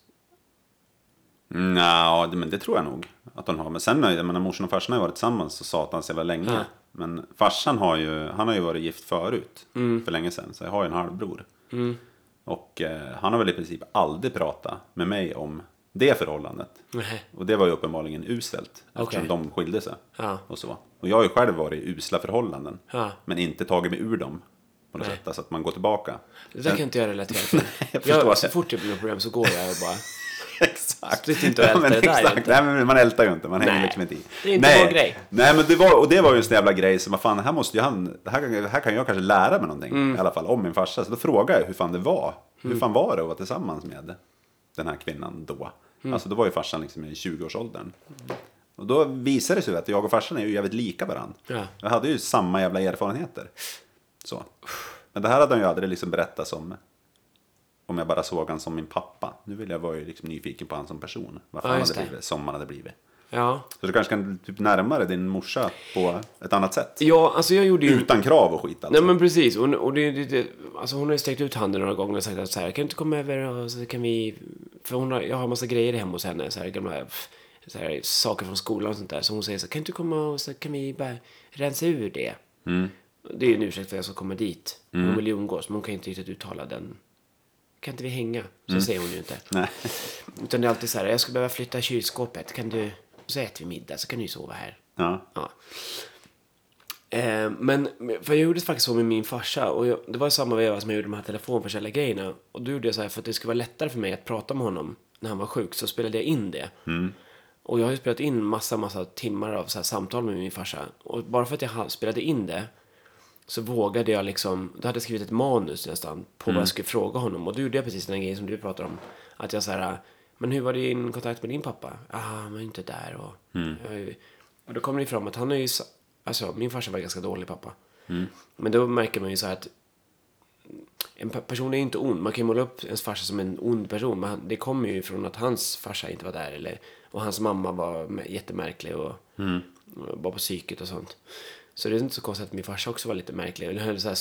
Nja, det, men det tror jag nog att hon har. Men sen, jag menar, morsan och farsan har ju varit tillsammans så satans jävla länge. Ja. Men farsan har ju, han har ju varit gift förut. Mm. För länge sedan. Så jag har ju en halvbror. Mm. Och eh, han har väl i princip aldrig pratat med mig om det förhållandet. Nej. Och det var ju uppenbarligen uselt. Eftersom okay. de skilde sig. Ja. Och så. Och jag har ju själv varit i usla förhållanden. Ja. Men inte tagit mig ur dem. På något Nej. sätt. Så att man går tillbaka. Det där kan inte jag relatera till. jag jag, så fort det blir problem så går jag och bara... Exakt. Det är inte att älta ja, det där. Exakt. Nej, men man ältar ju inte. Man hänger liksom inte i. Det är inte Nej. vår grej. Nej, men det var, och det var ju en sån jävla grej som, fan, här måste ju han, här, här kan jag kanske lära mig någonting. Mm. I alla fall om min farsa. Så då frågade jag hur fan det var. Mm. Hur fan var det att vara tillsammans med den här kvinnan då? Mm. Alltså då var ju farsan liksom i tjugoårsåldern. Mm. Och då visade det sig att jag och farsan är ju jävligt lika varandra. Ja. Jag hade ju samma jävla erfarenheter. Så. Men det här hade han ju aldrig liksom berättat som... Om jag bara såg han som min pappa. Nu vill jag vara ju liksom nyfiken på han som person. Varför ja, han hade blivit som han hade blivit. Ja. Så du kanske kan typ närmare din morsa på ett annat sätt. Ja, alltså jag gjorde ju... Utan krav och skit alltså. Nej men precis. Och, och det, det, det, alltså hon har ju sträckt ut handen några gånger och sagt att så här, kan du inte komma över och så kan vi... För hon har, jag har en massa grejer hemma hos henne. Så här, gamla så här, saker från skolan och sånt där. Så hon säger så här, kan du inte komma och så kan vi bara rensa ur det. Mm. Det är ju en ursäkt för att jag ska komma dit. Mm. Hon vill ju umgås, men hon kan inte riktigt uttala den... Kan inte vi hänga? Så mm. säger hon ju inte. Nej. Utan det är alltid så här, jag ska behöva flytta kylskåpet. Kan du, så äter vi middag så kan du sova här. Ja. Ja. Eh, men, för jag gjorde faktiskt så med min farsa. Och jag, det var samma veva som jag gjorde de här telefonförsäljargrejerna. Och då gjorde jag så här, för att det skulle vara lättare för mig att prata med honom när han var sjuk. Så spelade jag in det. Mm. Och jag har ju spelat in massa, massa timmar av så här samtal med min farsa. Och bara för att jag spelade in det. Så vågade jag liksom, då hade jag skrivit ett manus nästan på mm. vad jag skulle fråga honom. Och då gjorde jag precis den grejen som du pratar om. Att jag så här, men hur var din kontakt med din pappa? Ja, ah, han var inte där. Och, mm. jag, och då kommer det fram att han är ju, alltså min farsa var ganska dålig pappa. Mm. Men då märker man ju så här att en person är inte ond. Man kan ju måla upp ens farsa som en ond person. Men det kommer ju från att hans farsa inte var där. Eller, och hans mamma var jättemärklig och, mm. och var på psyket och sånt. Så det är inte så konstigt att min farsa också var lite märklig. Eller så här,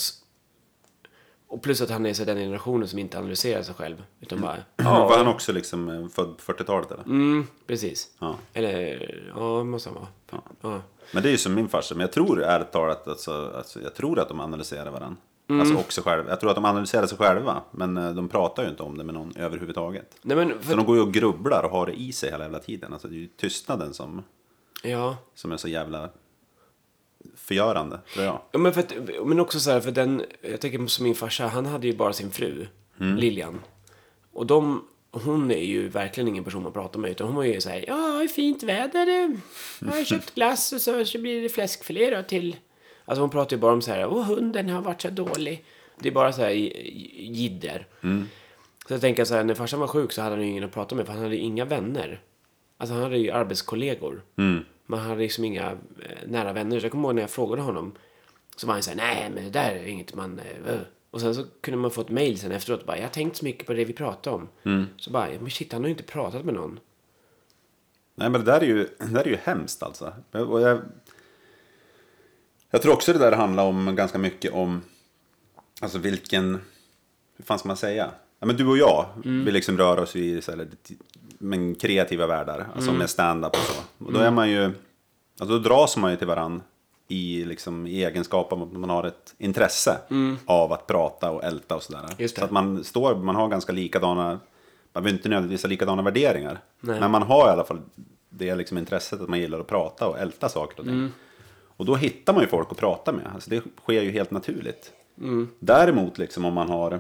och plus att han är så den generationen som inte analyserar sig själv. Utan bara... Ja, var han också liksom född på fyrtiotalet eller? Mm, precis. Ja. Eller, ja, måste han vara. Ja. Ja. Men det är ju som min farsa. Men jag tror ärligt talat, alltså, alltså, jag tror att de analyserar varandra. Mm. Alltså också själva. Jag tror att de analyserar sig själva. Men de pratar ju inte om det med någon överhuvudtaget. Nej, men för... Så de går ju och grubblar och har det i sig hela, hela tiden. Alltså det är ju tystnaden som... Ja. Som är så jävla förgörande, tror jag. Ja, men, för att, men också så här, för den, jag tänker som min farsa, han hade ju bara sin fru, mm. Lilian. Och de, hon är ju verkligen ingen person man pratar med, utan hon var ju så här, ja, det är fint väder, jag har köpt glass och så, så blir det fläskfilé då till. Alltså hon pratar ju bara om så här, åh, hunden har varit så dålig. Det är bara så här jidder. Mm. Så jag tänker så här, när farsan var sjuk så hade han ju ingen att prata med, för han hade inga vänner. Alltså han hade ju arbetskollegor. Mm. Man hade liksom inga eh, nära vänner. Så jag kommer ihåg när jag frågade honom, så var han så här, nej men det där är inget man... Eh, och sen så kunde man få ett mejl sen efteråt. Bara, jag har tänkt så mycket på det vi pratade om. Mm. Så bara, men shit, han har ju inte pratat med någon. Nej, men det där är ju, det där är ju hemskt alltså. Och jag, jag tror också det där handlar om ganska mycket om... Alltså vilken... Hur fan ska man säga? Ja, men du och jag, mm. vi liksom rör oss i så här, men kreativa världar. Alltså mm. med stand-up och så. Och då är man ju... Alltså då dras man ju till varann i, liksom, i egenskap av att man har ett intresse mm. av att prata och älta och sådär. Så att man står, man har ganska likadana, man vill inte nödvändigtvis ha likadana värderingar. Nej. Men man har i alla fall det liksom intresset att man gillar att prata och älta saker och ting. Mm. Och då hittar man ju folk att prata med. Alltså det sker ju helt naturligt. Mm. Däremot liksom om man har,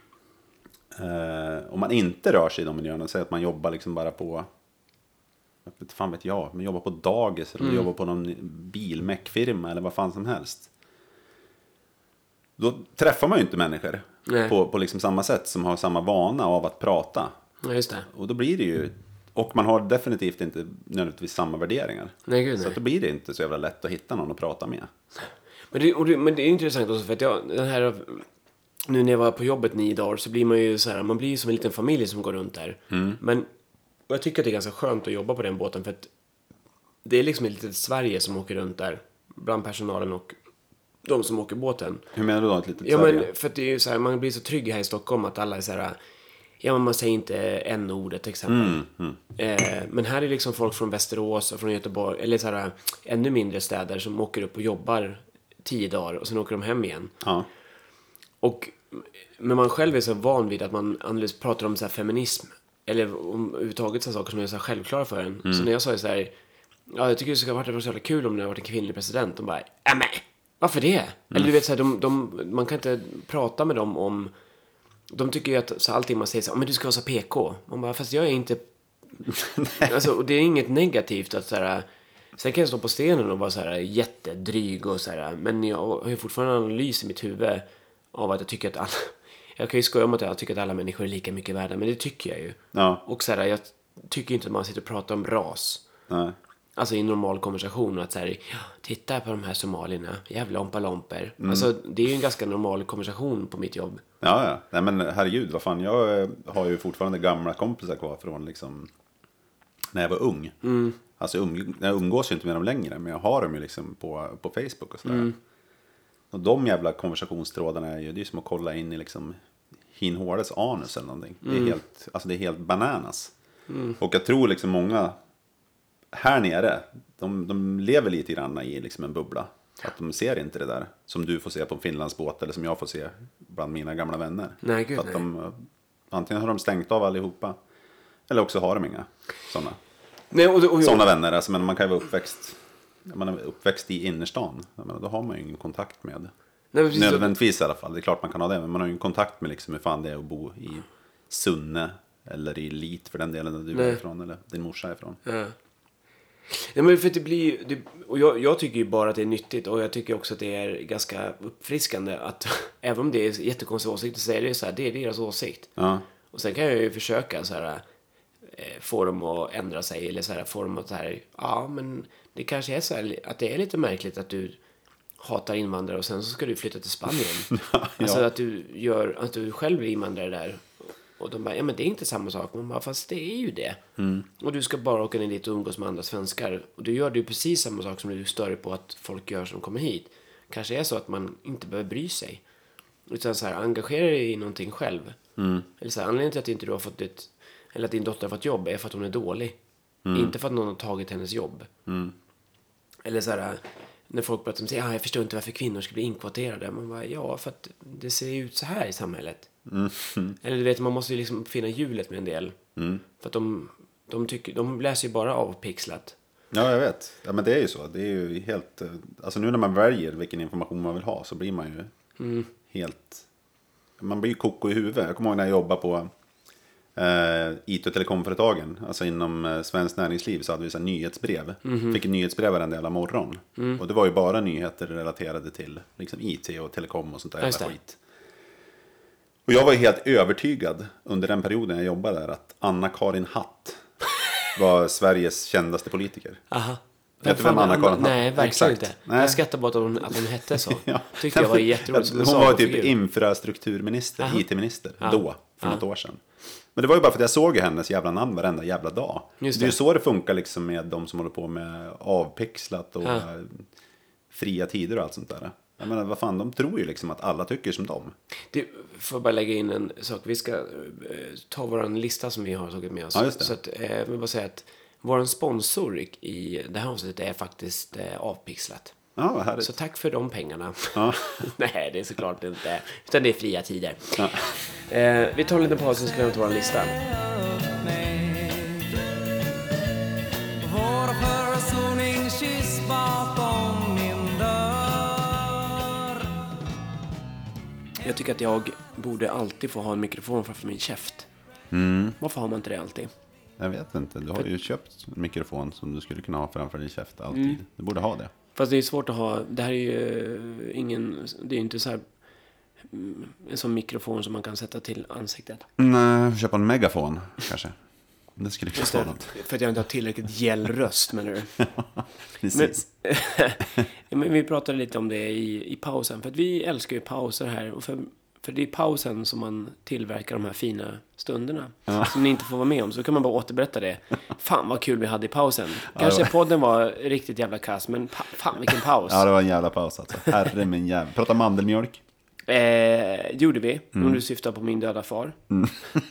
eh, om man inte rör sig i de miljöerna, säger att man jobbar liksom bara på, fan vet jag, men jobbar på dagis eller mm. jobbar på någon bilmäckfirma eller vad fan som helst. Då träffar man ju inte människor på, på liksom samma sätt som har samma vana av att prata. Ja, just det. Och då blir det ju, och man har definitivt inte nödvändigtvis samma värderingar. Nej, gud, nej. Så att då blir det inte så jävla lätt att hitta någon att prata med. Men det, och det, men det är intressant också för att jag, den här, nu när jag var på jobbet nio dagar så blir man ju så här, man blir ju som en liten familj som går runt där. Mm. Men och jag tycker att det är ganska skönt att jobba på den båten för att det är liksom ett litet Sverige som åker runt där bland personalen och de som åker båten. Hur menar du då ett litet ja, Sverige? Men för att det är ju så här, man blir så trygg här i Stockholm att alla är så här, ja men man säger inte n-ordet till exempel. Mm, mm. Eh, men här är liksom folk från Västerås och från Göteborg eller så här ännu mindre städer som åker upp och jobbar tio dagar och sen åker de hem igen. Ja. Och men man själv är så van vid att man alldeles pratar om så här feminism eller om överhuvudtaget så saker som är så självklara för en. Mm. Så när jag sa så här, ja jag tycker det skulle ha varit så jävla kul om det hade varit en kvinnlig president. De bara, ja men varför det? Mm. Eller du vet så här, de, de, man kan inte prata med dem om, de tycker ju att så allting man säger så, men du ska vara så P K. Man bara, fast jag är inte, alltså och det är inget negativt att så här, sen kan jag stå på stenen och vara så här jättedryg och så här, men jag har ju fortfarande en analys i mitt huvud av att jag tycker att alla, jag kan ju skoja om att jag tycker att alla människor är lika mycket värda, men det tycker jag ju. Ja. Och så här, jag tycker inte att man sitter och pratar om ras. Nej. Alltså i en normal konversation och att så här, ja, titta på de här somalierna, jävla lompa-lomper. Mm. Alltså det är ju en ganska normal konversation på mitt jobb. Ja, ja. Nej men herregud, vad fan, jag har ju fortfarande gamla kompisar kvar från liksom när jag var ung. Mm. Alltså um, jag umgås ju inte med dem längre, men jag har dem ju liksom på, på Facebook och sådär. Mm. Och de jävla konversationstrådarna är ju, det är som att kolla in i liksom hinhårdes anus eller någonting. Mm. Det är helt, alltså det är helt bananas. Mm. Och jag tror liksom många här nere, de, de lever lite grann i liksom en bubbla. Att de ser inte det där som du får se på en Finlandsbåt eller som jag får se bland mina gamla vänner. Nej, gud, För att nej. De, antingen har de stängt av allihopa eller också har de inga sådana. Nej, och, och, och, sådana vänner, alltså, men man kan ju vara uppväxt, man är uppväxt i innerstan, menar, då har man ju ingen kontakt med nej, precis, nödvändigtvis så. I alla fall, det är klart man kan ha det, men man har ju ingen kontakt med liksom hur fan det är att bo i Sunne eller i Lit för den delen där du är ifrån eller din morsa är ifrån. Ja. Ja, men för det blir det, och jag, jag tycker ju bara att det är nyttigt och jag tycker också att det är ganska uppfriskande att även om det är jättekonstig åsikt så är det så här, det är deras åsikt. Ja. Och sen kan jag ju försöka så här få dem att ändra sig eller så här få dem att så här, ja men det kanske är så här att det är lite märkligt att du hatar invandrare och sen så ska du flytta till Spanien. Ja. Alltså att du gör att du själv blir invandrare där. Och de bara, ja men det är inte samma sak. Man bara, fast det är ju det. Mm. Och du ska bara åka ner dit och umgås med andra svenskar. Och du gör det ju precis samma sak som du stör på att folk gör som kommer hit. Kanske är så att man inte behöver bry sig. Utan så här, engagera dig i någonting själv. Mm. Eller så här, anledningen till att inte du har fått ett, eller att din dotter har fått jobb är för att hon är dålig. Mm. Inte för att någon har tagit hennes jobb. Mm. Eller så här, när folk pratar om sig, ah, jag förstår inte varför kvinnor ska bli inkvoterade. Man bara, ja för att det ser ut så här i samhället. Mm. Eller du vet, man måste ju liksom finna hjulet med en del. Mm. För att de, de, tycker, de läser ju bara av pixlat. Ja, jag vet. Ja, men det är ju så. Det är ju helt... Alltså nu när man väljer vilken information man vill ha så blir man ju mm. helt... Man blir ju koko i huvudet. Jag kommer ihåg när jag jobbade på eh, I T och telekomföretagen. Alltså inom eh, Svenskt Näringsliv så hade vi så här nyhetsbrev. Mm-hmm. Fick ett nyhetsbrev varenda jävla morgon. Mm. Och det var ju bara nyheter relaterade till liksom, I T och telekom och sånt där jävla skit. Och jag var ju helt övertygad under den perioden jag jobbade där att Anna-Karin Hatt var Sveriges kändaste politiker. Aha. Vet du vem Anna-Karin Hatt? Nej, verkligen inte. Nej. Jag skrattar bara att hon, att hon hette så. Ja. Tyckte jag var jätteroligt. Hon var typ infrastrukturminister, Aha. I T-minister, ja. Då, för ja. Något år sedan. Men det var ju bara för att jag såg hennes jävla namn varenda jävla dag. Just det. Det är ju så det funkar liksom med de som håller på med avpixlat och ja. Fria tider och allt sånt där. Jag menar, vad fan, de tror ju liksom att alla tycker som dem. Det, får bara lägga in en sak. Vi ska eh, ta vår lista som vi har tagit med oss. Ja, just det. Så att, eh, jag vill bara säga att vår sponsor i det här avsnittet är faktiskt eh, avpixlat. Ja, vad härligt. Så tack för de pengarna. Ja. Nej, det är såklart inte. Utan det är fria tider. Ja. Eh, vi tar en liten paus och ska lämna till vår lista. Vår försoning kyss bakom min dörr. Jag tycker att jag borde alltid få ha en mikrofon framför min käft. Mm. Varför har man inte det alltid? Jag vet inte. Du har ju köpt en mikrofon som du skulle kunna ha framför din käft alltid. Mm. Du borde ha det. Fast det är svårt att ha. Det här är ju ingen... Det är ju inte så här... En sån mikrofon som man kan sätta till ansiktet. Nej, köpa en megafon kanske. Det skulle kunna vara något. För att jag inte har tillräckligt gäll röst, menar du? Precis. Men, men vi pratade lite om det i, i pausen. För att vi älskar ju pauser här. Och för, för det är pausen som man tillverkar de här fina stunderna. Ja. Som ni inte får vara med om. Så kan man bara återberätta det. Fan vad kul vi hade i pausen. Kanske ja, var... podden var riktigt jävla kass. Men pa- fan vilken paus. Ja, det var en jävla paus alltså. Herre min jävla. Prata mandelmjölk. Eh, gjorde vi. Mm. Om du syftar på min döda far. Mm.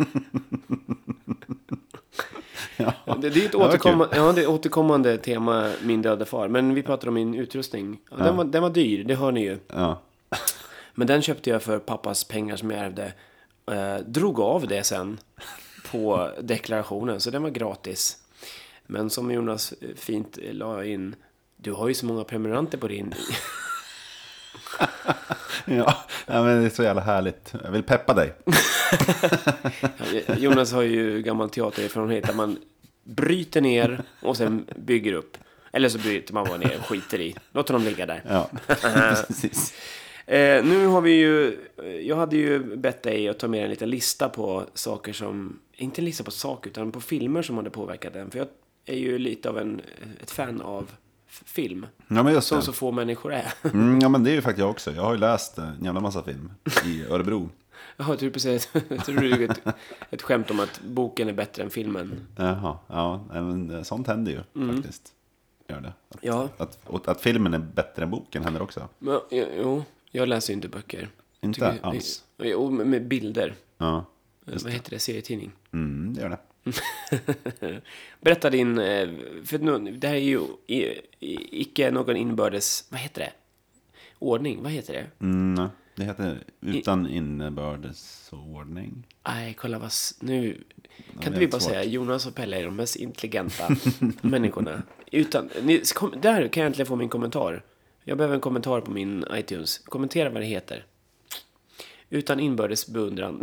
Ja. Det, det är ett återkommande, ja, det är återkommande tema, min döda far. Men vi pratar om min utrustning. Ja, ja. Den, var, den var dyr, det hör ni ju. Ja. Men den köpte jag för pappas pengar som jag ärvde. Eh, drog av det sen på deklarationen, så den var gratis. Men som Jonas fint la in, du har ju så många prenumeranter på din... Ja, ja, men det är så jävla härligt. Jag vill peppa dig. Jonas har ju gammal teatererfarenhet där man bryter ner och sen bygger upp. Eller så bryter man bara ner och skiter i. Låter dem ligga där. Ja, precis. Eh, nu har vi ju... Jag hade ju bett dig att ta med en liten lista på saker som... Inte en lista på saker, utan på filmer som hade påverkat den. För jag är ju lite av en, ett fan av film. Ja, men just som det. Så få människor är. Mm, ja, men det är ju faktiskt jag också. Jag har ju läst en jävla massa film i Örebro. Jaha, jag tror precis. Jag tror du ett, ett skämt om att boken är bättre än filmen. Jaha, ja, men sånt händer ju mm. faktiskt. Gör det. Att, ja. att, att, att filmen är bättre än boken händer också. Men, jo, jag läser ju inte böcker. Inte Tycker, alls? Jo, med bilder. Ja. Vad heter det? Serietidning? Mm, det gör det. Berätta din... För nu, det här är ju icke någon inbördes... Vad heter det? Ordning, vad heter det? Mm, det heter utan inbördes ordning. Nej, kolla vad... Nu kan inte vi bara svårt. säga Jonas och Pelle är de mest intelligenta människorna. Utan, ni, kom, där kan jag äntligen få min kommentar. Jag behöver en kommentar på min iTunes. Kommentera vad det heter. Utan inbördes beundran.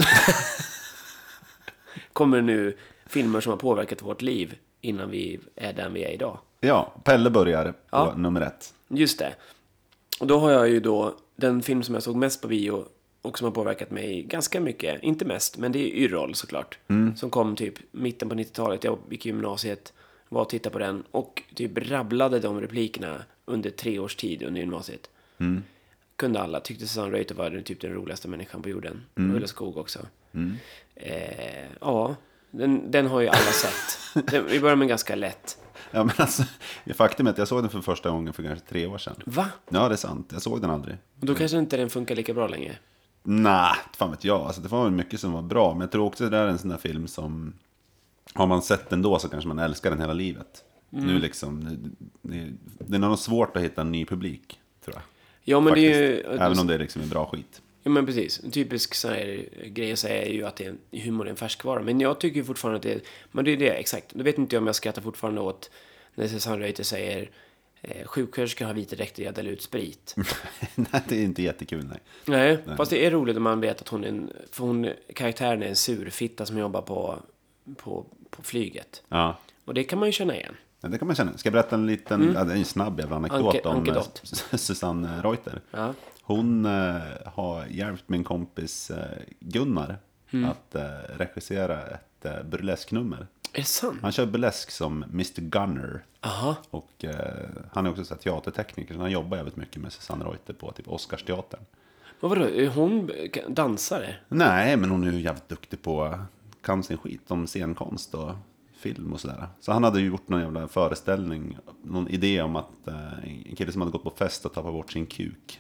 Kommer nu filmer som har påverkat vårt liv innan vi är där vi är idag. Ja, Pelle börjar på ja. nummer ett. Just det. Och då har jag ju då den film som jag såg mest på bio och som har påverkat mig ganska mycket. Inte mest, men det är Yrrol såklart. Mm. Som kom typ mitten på nittiotalet. Jag gick i gymnasiet, var och tittade på den och typ rabblade de replikerna under tre års tid under gymnasiet. Mm. Kunde alla. Tyckte Susanne Reuter var typ den roligaste människan på jorden. Mm. Och Ulla Skog också. Mm. Eh, ja, den, den har ju alla sett. Den, vi börjar med ganska lätt. Ja, men alltså, faktum är att jag såg den för första gången för kanske tre år sedan. Va? Ja, det är sant. Jag såg den aldrig. Och då kanske inte den funkar lika bra längre. Nej, fan vet jag. Alltså, det var mycket som var bra. Men jag tror också att det är en sån där film som... Har man sett den då så kanske man älskar den hela livet. Mm. Nu liksom... Det, det, det är nog svårt att hitta en ny publik, tror jag. Ja, men faktiskt. Det är ju... Även om det är liksom en bra skit. Ja, men precis. En typisk sån här grej att säga är ju att det är en, humor är en färskvara. Men jag tycker fortfarande att det är... Men det är det, exakt. Då vet inte jag om jag skrattar fortfarande åt när Susanne Reuter säger eh, sjuksköterskor har vita dräkter, jag delar ut sprit. Nej, det är inte jättekul, nej. Nej, nej, fast det är roligt om man vet att hon är en, för hon, karaktären är en surfitta som jobbar på, på, på flyget. Ja. Och det kan man ju känna igen. Ja, det kan man känna. Ska jag berätta en liten, mm. ja, det är en snabb jävla anekdot Anke, om ankedot. Susanne Reuter. Ja. Hon eh, har hjälpt min kompis eh, Gunnar mm. att eh, regissera ett eh, burlesknummer. Är det sant? Han kör burlesk som mister Gunner. Aha. Och eh, han är också så här, teatertekniker, så han jobbar jävligt mycket med Susanne Reuter på typ Oscarsteatern. Och vadå, är hon dansare? Nej, men hon är ju jävligt duktig på, kan sin skit om scenkonst och film och sådär. Så han hade ju gjort någon jävla föreställning, någon idé om att eh, en kille som hade gått på fest och tappat bort sin kuk.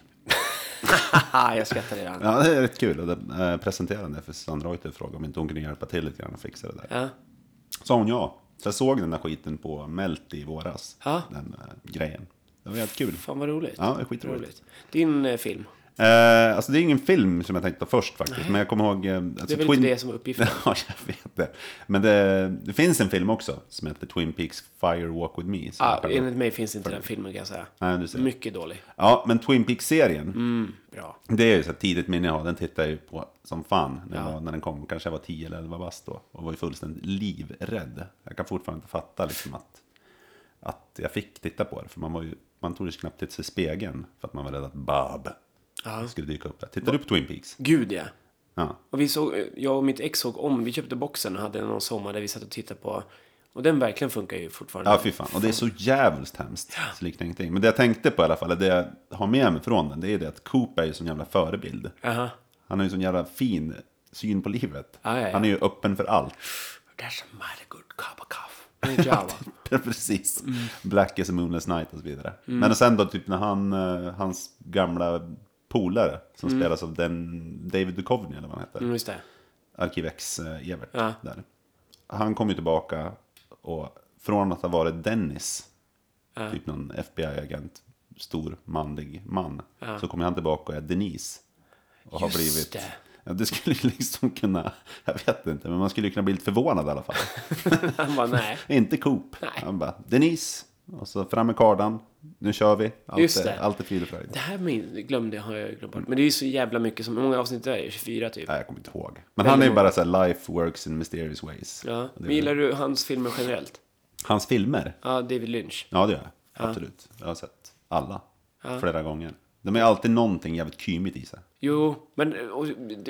Jag skrattar redan. Ja, det är rätt kul. Och det, eh, presenterade det för Susanne Reuter, frågade om inte hon kunde hjälpa till lite grann och fixa det där. Ja. Sa hon ja. Så jag såg den där skiten på Melt i våras. Ja. Den äh, grejen. Det var helt kul. Fan vad roligt. Ja, det är skitroligt. Roligt. Din eh, film? Eh, alltså det är ingen film som jag tänkte på först faktiskt. Nej. Men jag kommer ihåg... Eh, alltså, det är väl Twin... inte det som är uppgiften. Ja, jag vet det. Men det, det finns en film också som heter Twin Peaks Fire Walk With Me. Ja, ah, enligt mig finns inte den filmen, kan jag säga. Nej, du ser. Mycket dålig. Ja, men Twin Peaks-serien. Mm, bra. Det är ju så tidigt minne jag har. Den tittade jag ju på som fan när, ja. var, när den kom. Kanske jag var tio eller elva bast då. Och var ju fullständigt livrädd. Jag kan fortfarande inte fatta liksom att, att jag fick titta på det. För man, var ju, man tog ju knappt till sig spegeln. För att man var rädd att Bob ja. skulle dyka upp där. Tittar du på Twin Peaks? Gud ja. Ja. Och vi såg, jag och mitt ex såg om. Vi köpte boxen och hade någon sommar där vi satt och tittade på. Och den verkligen funkar ju fortfarande. Ja, fy fan. Och det är så jävligt hemskt. Ja. Så liknar ingenting. Men det jag tänkte på i alla fall, det jag har med mig från den, det är det att Coop är ju sån jävla förebild. Uh-huh. Han har ju sån jävla fin syn på livet. Ah, ja, ja. Han är ju öppen för allt. That's a mighty good cup of coffee. Java. Precis. Mm. Black is a moonless night och så vidare. Mm. Men sen då typ när han, hans gamla polare som mm. spelas av den David Duchovny eller vad han heter. Mm, just det. Arkivex-Evert ja. där. Han kom ju tillbaka och från att ha varit Dennis, ja. typ någon F B I-agent, stor manlig man, ja. så kommer han tillbaka och är Denise. Och just har blivit... det. Ja, det skulle liksom kunna, jag vet inte, men man skulle kunna bli lite förvånad i alla fall. Han bara, nej. Inte Coop. Nej. Han bara, Denise. Och så fram med kardan. Nu kör vi. Allt just det. Är, allt är frid och fröjd. Det här min, glömde jag, har jag glömt bort. Men det är ju så jävla mycket som, hur många avsnitt är det? tjugofyra typ. Nej, jag kommer inte ihåg. Men, men han är ju bara så här, life works in mysterious ways. Ja. Men gillar du hans filmer generellt? Hans filmer? Ja, David Lynch. Ja, det gör jag. Ja. Absolut. Jag har sett alla. Ja. Flera gånger. De är alltid någonting jävligt kymigt i sig. Jo, men... Och, det,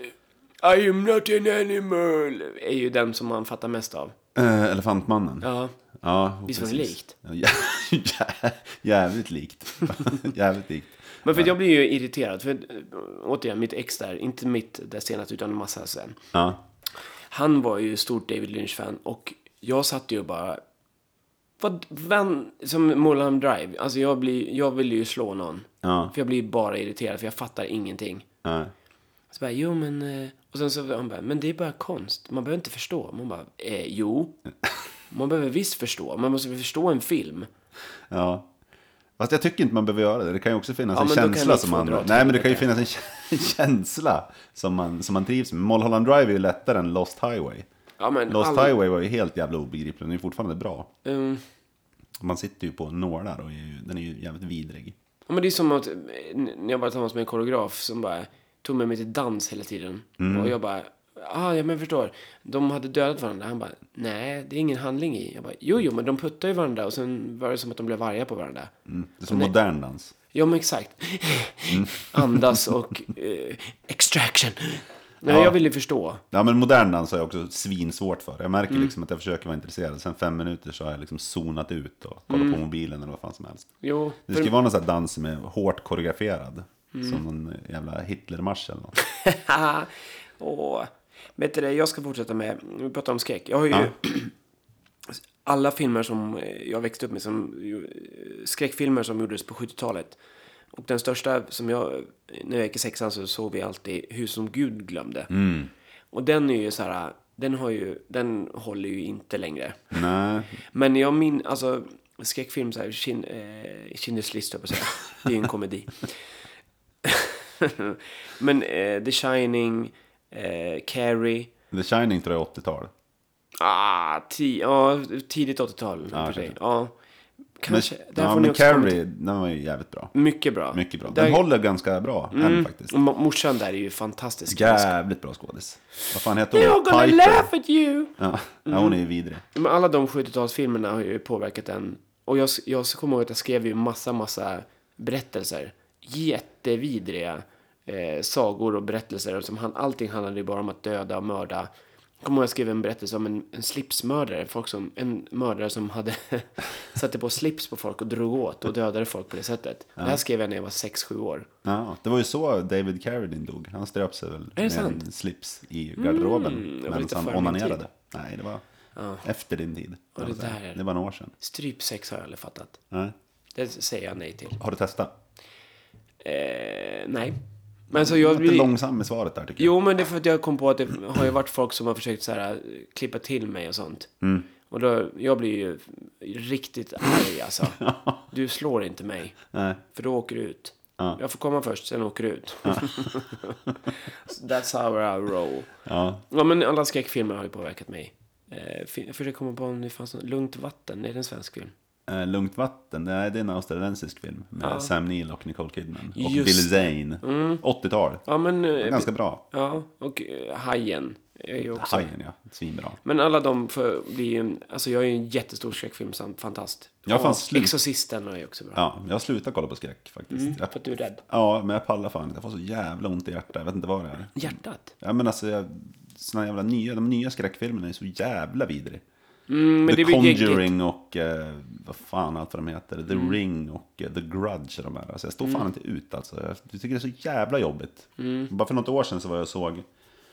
I am not an animal är ju den som man fattar mest av. Äh, Elefantmannen. Ja. Ja, visst var det likt? Ja, jä, jävligt likt. Jävligt likt. Men för jag blir ju irriterad. För återigen, mitt ex där, inte mitt där senast utan en massa sen. Ja. Han var ju stort David Lynch-fan. Och jag satt ju och bara... Vad, vem, som Mulholland Drive. Alltså jag, blir, jag vill ju slå någon. Ja. För jag blir bara irriterad för jag fattar ingenting. Ja. Så bara, jo men... Och sen så han bara, men det är bara konst. Man behöver inte förstå. Man bara, eh, jo. Man behöver visst förstå. Man måste förstå en film. Ja. Fast jag tycker inte man behöver göra det. Det kan ju också finnas ja, en känsla som man... Nej, men det kan ju finnas en, en känsla som man, som man trivs med. Mulholland Drive är ju lättare än Lost Highway. Ja, men Lost all... Highway var ju helt jävla obegriplig. Den är ju fortfarande bra. Um... Man sitter ju på nålar och är ju, den är ju jävligt vidrig. Ja, men det är som att när jag var tillsammans med en koreograf som bara tog med mig till dans hela tiden. Mm. Och jag bara, ah, ja men jag förstår. De hade dödat varandra. Han bara, nej det är ingen handling i. Jag bara, jo jo men de puttar ju varandra och sen var det som att de blev arga på varandra. Mm. Det är som modern dans. Ja men exakt. Mm. Andas och uh, extraction. Nej, ja. Jag vill ju förstå. Ja, men modern dans har jag också svinsvårt för. Jag märker mm. liksom att jag försöker vara intresserad. Sen fem minuter så har jag liksom zonat ut och kollat mm. på mobilen eller vad fan som helst. Jo, det ska ju för... vara någon sån här dans som är hårt koreograferad. Mm. Som någon jävla Hitlermarsch eller något. Åh, vet du det, jag ska fortsätta med, vi pratar om skräck. Jag har ju ja. alla filmer som jag växte upp med, som skräckfilmer som gjordes på sjuttiotalet. Och den största som jag, när jag gick i sexan så såg vi alltid Hus som Gud glömde. Mm. Och den är ju så här, den har ju, den håller ju inte längre. Nej. Men jag min, alltså skräckfilm så här, kin, eh, Schindler's List på att säga. Det är ju en komedi. Men eh, The Shining, eh, Carrie. The Shining tror jag är åttiotal. Ah, ti- ja, tidigt åttiotal. Ja, för sig. kanske. Ja, kanske. Men, Där ja, får ni men också komma Carrie, den var ju jävligt bra. till- Mycket bra. Mycket bra. Där- Den håller ganska bra än faktiskt. Och mo- morsan där är ju fantastisk. Jävligt bra skådis. Vad fan heter hon? They're gonna laugh at you! Ja, ja, hon är ju vidrig. Men alla de sjuttiotalsfilmerna har ju påverkat den. Och jag, jag kommer ihåg att jag skrev ju massa, massa berättelser. Jättevidriga eh, sagor och berättelser. Som han, allting handlade ju bara om att döda och mörda. Jag kommer ihåg att jag skrev en berättelse om en, en slipsmördare. Folk som, en mördare som hade satte på slips på folk och drog åt och dödade folk på det sättet. Ja. Det här skrev jag när jag var sex sju år. Ja, det var ju så David Carradine dog. Han ströp sig väl med sant? en slips i garderoben. Mm, det var medan lite han före min onanerade. tid. Nej, det var Ja. efter din tid. Och det där- det var några år sedan. Strypsex har jag aldrig fattat. Nej. Det säger jag nej till. Har du testat? Eh, nej. Men så Du jag var lite blir... långsam i svaret där tycker jag. Jo, men det är för att jag kom på att det har ju varit folk som har försökt så här, klippa till mig och sånt. Mm. Och då, jag blir ju riktigt arg alltså. Du slår inte mig, Nej. för då åker du ut. Ja. Jag får komma först, sen åker du ut. That's how I roll. Ja. Ja, men alla skräckfilmer har ju påverkat mig. Eh, fin- jag försöker komma på om det fanns något. Lugnt vatten, är det en svensk film? Eh, Lugnt vatten, det är, det är en australiensisk film. Med Ja. Sam Neill och Nicole Kidman. Och Just Billy Zane. åttiotal. Ja, men... eh, Ganska bra. Ja, och eh, Hajen är ju också... Hajen, ja. Svinbra. Men alla de för, blir ju en, alltså jag är ju en jättestor skräckfilmfantast. Jag Och fanns slut. Exorcisten är ju också bra. Ja, jag slutar kolla på skräck faktiskt. Mm, Jag, för att du är rädd. ja, men jag pallar fan inte. Jag får så jävla ont i hjärtat. Jag vet inte vad det är. Hjärtat? Ja, men alltså, jag, såna jävla nya, de nya skräckfilmerna är så jävla vidriga. Mm, men The det blir geggigt. Conjuring och eh, vad fan allt vad de heter. The Ring och eh, The Grudge och de här. Alltså, jag står fan inte ut alltså. Jag tycker det är så jävla jobbigt. Bara för något år sedan så var jag och såg,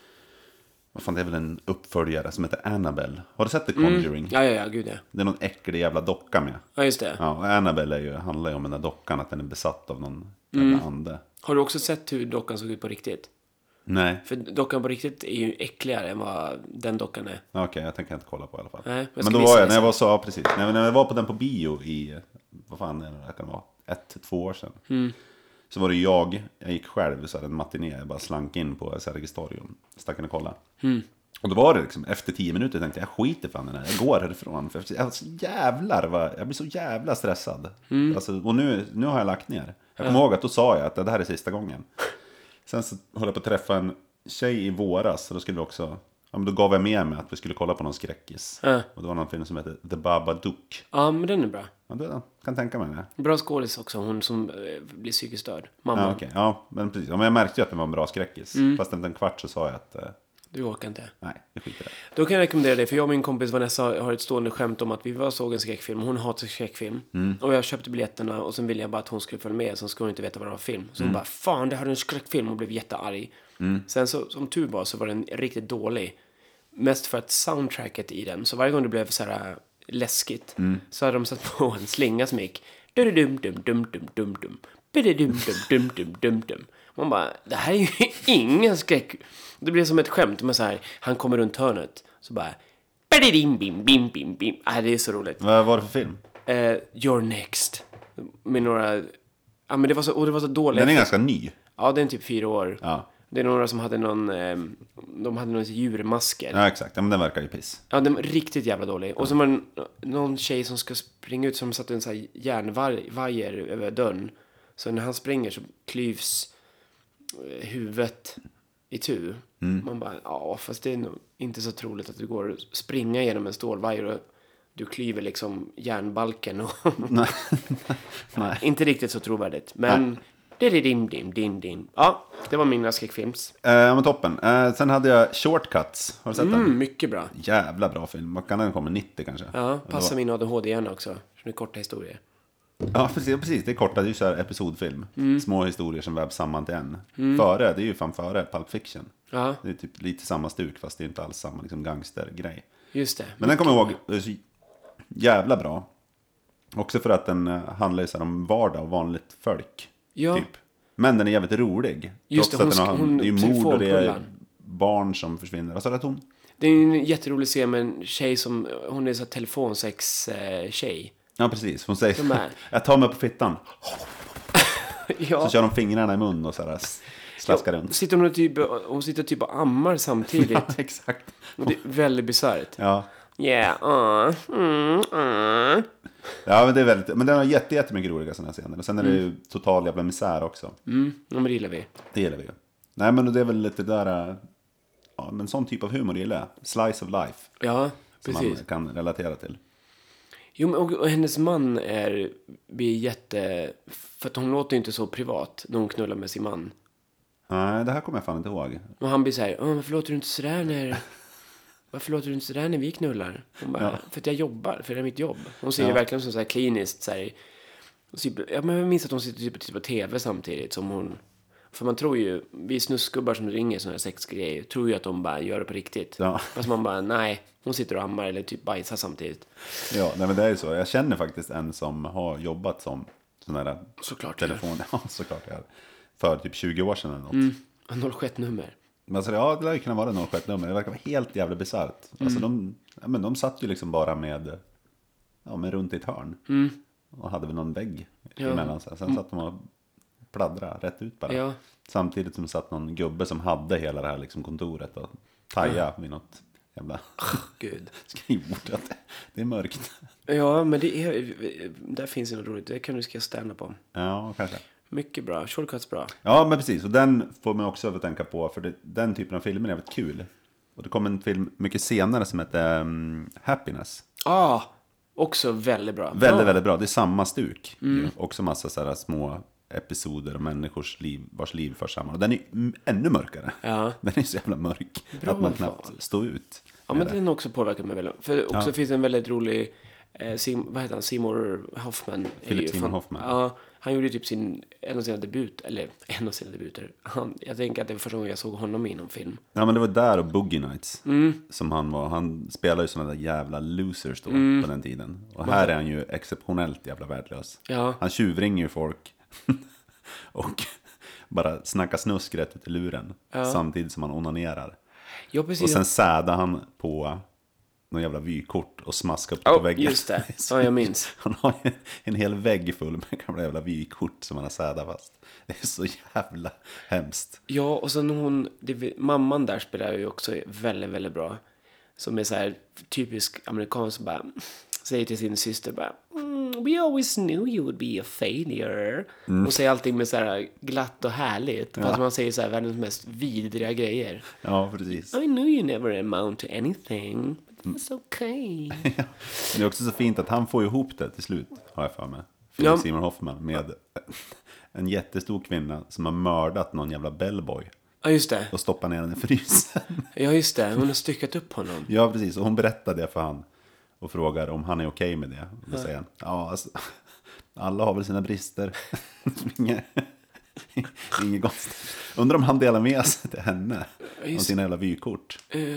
vad fan, det är väl en uppföljare som heter Annabelle. Har du sett The Conjuring? Ja, ja, ja, gud ja. Det är någon äcklig jävla docka med. Ja, just det. Ja, och Annabelle är ju, handlar ju om den där dockan, att den är besatt av någon jävla ande. Har du också sett hur dockan såg ut på riktigt? Nej, För dockan på riktigt är ju äckligare än vad den dockan är. okej, okay, jag tänker inte kolla på i alla fall. Nej, jag ska Men då visa var dig jag, när jag sen. var så, ja, precis. När, när jag var på den på bio i, vad fan är det, det kan vara, ett, två år sedan. Mm. Så var det jag, jag gick själv så här, en matiné, jag bara slank in på Sergels torg och stack in och kolla. Mm. Och då var det liksom, efter tio minuter tänkte jag, jag skiter fan i den här, jag går härifrån. För jag, så jävlar, vad, jag blir så jävla stressad. Mm. Alltså, och nu, nu har jag lagt ner. Jag kommer ihåg att då sa jag att det här är sista gången. Sen så höll jag på att träffa en tjej i våras, så då skulle vi också, ja, men då gav jag med mig att vi skulle kolla på någon skräckis. Ja. Och det var någon film som heter The Babadook. Ja, men den är bra. Ja, det kan tänka mig det. Bra skådis också, hon som eh, blir psykiskt störd. Mamma, Ja, okej. Ja, men precis. Ja, men jag märkte ju att det var en bra skräckis. Mm. Fast efter en kvart så sa jag att, eh, du orkar inte. nej, vi skiter i det. Då kan jag rekommendera dig, för jag och min kompis Vanessa har ett stående skämt om att vi var och såg en skräckfilm. Hon hatar skräckfilm. Och jag köpte biljetterna och sen ville jag bara att hon skulle följa med, så skulle hon inte veta vad det var för film. Så hon bara, fan det här är en skräckfilm, och blev jättearg. Sen så, som tur var, så var den riktigt dålig. Mest för att soundtracket i den, så varje gång det blev så här läskigt, så hade de satt på en slinga som gick dum dum dum dum dum dum dum dum dum dum dum dum. Man bara, det här är ju ingen skräck. Det blir som ett skämt, men så här, han kommer runt hörnet, så bara bim bim bim bim bim. Ah, det är så roligt. Vad var det för film? Uh, You're next. Med några, ja men det var så, och det var så dåligt. Den är ganska ny. Ja, den är typ fyra år. Ja, Det är några som hade någon, eh, de hade någon djurmasker. ja exakt. Ja, men den verkar ju piss. Ja, den var riktigt jävla dålig. Och så var det en- någon tjej som ska springa ut, som satte en sån här järnvajer över dörren. Så när han springer så klyvs eh, huvudet i tu. Man bara, ja fast det är nog inte så troligt att du går och springa genom en stålvajer och du klyver liksom järnbalken. Och Nej. Nej. inte riktigt så trovärdigt. Men det är dim dim dim dim. Ja, det var mina skräckfilms. Eh, ja, men toppen. Eh, sen hade jag Shortcuts. Har du sett den? Mm, mycket bra. Jävla bra film. Vad kan den komma? nittio kanske? Ja, passar Det var- min A D H D gärna också. För det är korta historier. Ja, precis, precis. Det är korta. Det är ju så här episodfilm. Mm. Små historier som vävs samman till en. Före, det är ju fan före Pulp Fiction. Ja, Det är typ lite samma stuk, fast det är inte alls samma liksom, gangstergrej. just det. Men den kommer jag ihåg, det är så jävla bra. Också för att den eh, handlar ju så här om vardag och vanligt folk. Ja. Typ. Men den är jävligt rolig. Just Trots det, att hon den har, sk- hon- det är ju mord och det är telefonpullan. barn som försvinner. Vad sa du att hon? Det är en jätterolig scen med en tjej som, hon är så här telefonsex-tjej. Ja, precis. Hon säger, De är- jag tar mig på fittan. Ja. Så kör de fingrarna i mun och så här slaskar runt. Sitter hon, och typ, hon sitter typ och ammar samtidigt. Exakt. Och det är väldigt bisarrt. Ja. Yeah, uh, mm, uh. Ja, men det är väldigt, men den har jätte, jättemycket roliga sådana scener. Och sen är det ju total jävla misär också. Mm, ja, men det gillar vi. Det gillar vi ju. Nej, men det är väl lite där, ja, men sån typ av humor gillar jag. Slice of life. Ja, Som precis. man kan relatera till. Jo, men och, och hennes man är, blir jätte... För att hon låter ju inte så privat när hon knullar med sin man. Nej, det här kommer jag fan inte ihåg. Och han blir så här, "Åh, varför låter du inte sådär när... Varför låter du inte sådär när vi knullar?" Hon bara, Ja. för att jag jobbar, för det är mitt jobb. Hon ser Ja. det verkligen som så här kliniskt, så här... Ja, men jag minns att hon sitter typ och tittar på tv samtidigt som hon... För man tror ju, vi snuskgubbar som ringer sådana här sexgrejer, tror ju att de bara gör det på riktigt. Ja. Fast man bara, nej, hon sitter och ammar eller typ bajsar samtidigt. Ja, nej, men det är ju så. Jag känner faktiskt en som har jobbat som sån här Såklart. telefon. Ja, såklart. Jag. För typ tjugo år sedan eller något. Mm. noll sju nummer. Men alltså, ja, det lär ju kunna vara noll sju nummer. Det verkar vara helt jävla bisarrt. Alltså, de, ja, men de satt ju liksom bara med, ja, med runt i ett hörn. Mm. Och hade väl någon vägg Ja. emellan sig. Sen satt de och pladdrade rätt ut bara. Ja. Samtidigt som satt någon gubbe som hade hela det här liksom kontoret och taja vid något jävla Gud. skrivbord. Det, det är mörkt. Ja, men det är, där finns det något roligt. Det kan du ska stanna på. Ja, kanske. Mycket bra. Shortcuts bra. Ja, men precis. Och den får man också att tänka på. För det, den typen av filmer är väldigt kul. Och det kom en film mycket senare som heter um, Happiness. Ah, också väldigt bra. Väldigt, bra. väldigt bra. Det är samma stuk. Mm. Ju. Också massa så här små episoder om människors liv, vars liv förs samman. Och den är mm, ännu mörkare. Ja. Den är så jävla mörk Bra att man knappt val. står ut. Ja, men den har också påverkat mig väldigt. För också Ja. finns det en väldigt rolig, eh, Sim, vad heter han, Seymour Hoffman. är Philip ju Seymour fan- Hoffman. Ja, han gjorde typ sin, en av sina debut, eller en av sina debuter. Han, jag tänker att det var första gången jag såg honom i någon film. Ja, men det var där och Boogie Nights Mm. som han var. Han spelade ju sådana där jävla losers då Mm. på den tiden. Och här är han ju exceptionellt jävla värdelös. Ja. Han tjuvringer ju folk och bara snackar snusk rätt ut i luren. Samtidigt som han onanerar. Ja, precis. Och sen sädar han på någon jävla vykort och smaskar upp det Oh, på väggen. just det. Ja, jag minns. Han har ju en hel vägg full med gamla jävla vykort som han har sädat fast. Det är så jävla hemskt. Ja, och sen hon, det, mamman där spelar ju också väldigt, väldigt bra. Som är så här typisk amerikansk, bara säger till sin syster bara, mm, "We always knew you would be a failure." Mm. Och säger allting med så här glatt och härligt. Fast man säger så här världens mest vidriga grejer. Ja, precis. I know you never amount to anything. But it's okay. Det är också så fint att han får ihop det till slut, har jag för mig. Philip Ja. Seymour Hoffman med en jättestor kvinna som har mördat någon jävla bellboy Ja, just det. och stoppat ner den i frysen. Ja, just det. Hon har styckat upp honom. Ja, precis. Och hon berättar det för han och frågar om han är okej med det. Och då säger han, ja, alltså, alla har väl sina brister. Inget, inget konstigt. Undrar om han delar med sig till henne om Just- sina jävla vykort.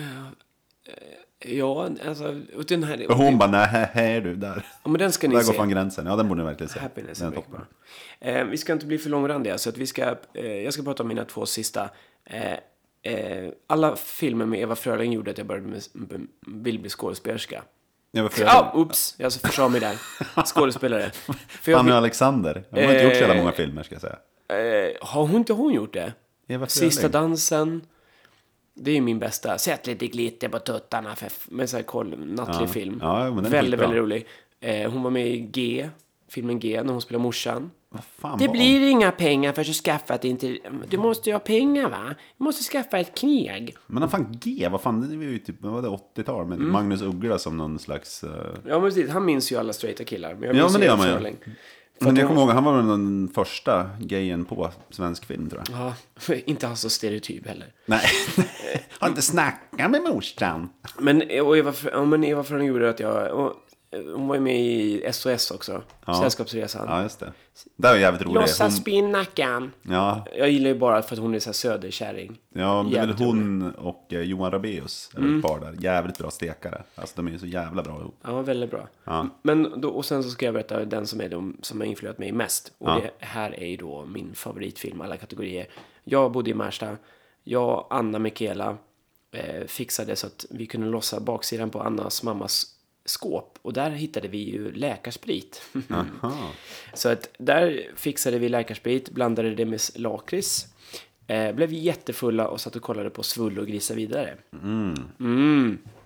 Ja, alltså, och den här... Och hon bara, nej, här är du där. Ja, men den ska ni Där se. går fan gränsen. Ja, den borde ni verkligen se. Happiness Den är är mycket toppen. bra. Eh, vi ska inte bli för långrandiga, så att vi ska, eh, jag ska prata om mina två sista. Eh, eh, alla filmer med Eva Fröling gjorde att jag började med, med, vill bli skådespelerska. Ja, varför Ja, ah, oops, jag försade mig där. Skådespelare. För jag, Fanny Alexander. Hon har inte gjort så jävla Eh, många filmer, ska jag säga. eh, har hon inte hon gjort det? Eva Fröling. Sista dansen. Det är min bästa. Sätt lite glitter på tuttarna för, med så här koll, nattlig Ja. film. Ja, men den är väldigt, skitbra. väldigt rolig. Eh, hon var med i G, filmen G, när hon spelar morsan. Vad fan Det var blir inga pengar för att skaffa ett inte... Du måste ju ha pengar, va? Du måste skaffa ett kneg. Men vad fan G, vad fan, det var ju typ, vad var det, åttiotal med Mm. Magnus Uggla som någon slags... Uh... Ja, men precis. Han minns ju alla straighta killar. Men jag Ja, minns men det ju gör man ju. Fröling. Men jag hon- kommer ihåg, han var väl den första gayen på svensk film, tror jag. Ja, inte han så stereotyp heller. Nej, har inte snackat med morsan. Men, och Eva, ja, men Eva Fröling gjorde att jag... Och, hon var ju med i S O S också. Ja. Sällskapsresan. Ja, just det. Det var jävligt roligt. Låtsas spinnackan. Ja, Jag gillar ju bara för att hon är så här söderkärring. ja, det är väl Jävligt hon och eh, Johan Rabaeus, eller Mm. ett par där. Jävligt bra stekare. Alltså de är ju så jävla bra ihop. Ja, väldigt bra. Ja. Men då, och sen så ska jag berätta den som är de som har influerat mig mest. Och Ja. det här är ju då min favoritfilm, alla kategorier. Jag bodde i Märsta. Jag, Anna Mikaela eh, fixade så att vi kunde lossa baksidan på Annas mammas skåp. Och där hittade vi ju läkarsprit. Aha. Så att där fixade vi läkarsprit, blandade det med lakrits. Eh, blev jättefulla och satt och kollade på Svull och grisa vidare. Mm.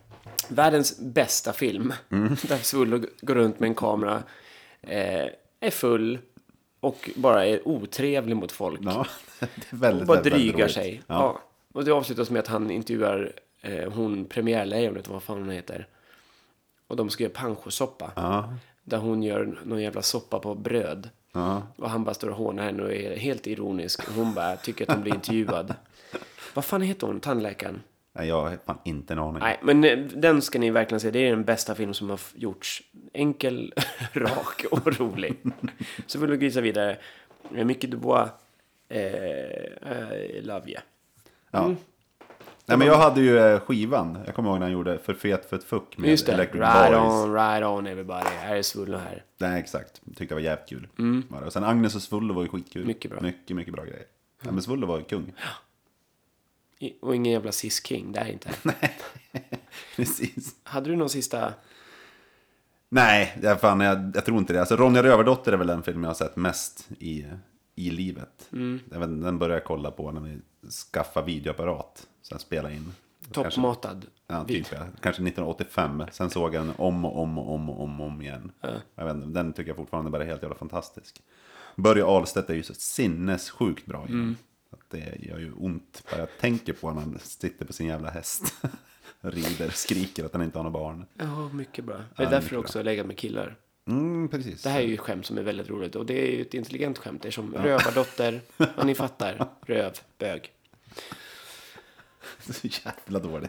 världens bästa film. Mm. Där Svullo går runt med en kamera. Eh, är full. Och bara är otrevlig mot folk. Ja, det är väldigt, och bara väldigt, drygar väldigt sig. Ja. Ja. Och det avslutas med att han intervjuar eh, hon premiärlejonet, vad fan hon heter. Och de ska göra panchosoppa. Ja. Där hon gör någon jävla soppa på bröd. Ja. Och han bara står och hånar henne och är helt ironisk. Och hon bara tycker att hon blir intervjuad. Vad fan heter hon, tandläkaren? Nej, jag har fan inte en aning. Nej, men eh, den ska ni verkligen se. Det är den bästa film som har gjorts. Enkel, rak och rolig. Så vill vi grisa vidare. Micke Dubois, eh, I love you. Ja. Mm. Nej, men jag hade ju eh, skivan. Jag kommer ihåg när han gjorde För fet för ett fuck med Just det, Electric right Boys. on, right on everybody. Här är Svullo här. Nej, exakt. Tyckte det var jävligt kul. Mm. Och sen Agnes och Svullo var ju skitkul. Mycket bra. Mycket, mycket bra grejer. Mm. Ja, men Svullo var ju kung. I- Och ingen jävla Sis King, där inte. Nej, precis. Hade du någon sista... Nej, jag, fan, jag, jag tror inte det. Alltså, Ronja Rövardotter är väl den film jag har sett mest i, i livet. Mm. Den, den började jag kolla på när vi skaffade videoapparat. Sen spela in. Toppmatad. Ja, typ, ja. Kanske nittonhundraåttiofem. Sen såg jag den om och om och om och om, och om igen. Ja. Jag vet inte, den tycker jag fortfarande bara är helt jävla fantastisk. Börje Ahlstedt är ju så sinnessjukt bra. Mm. Att det gör ju ont. Bara jag tänker på när han sitter på sin jävla häst. Rider, skriker att han inte har några barn. Ja, mycket bra. Det är ja, därför också har legat med killar. Mm, precis. Det här är ju ett skämt som är väldigt roligt. Och det är ju ett intelligent skämt. Det är som ja. Rövardotter. Ja, ni fattar. Röv, bög. Så jävla dåligt.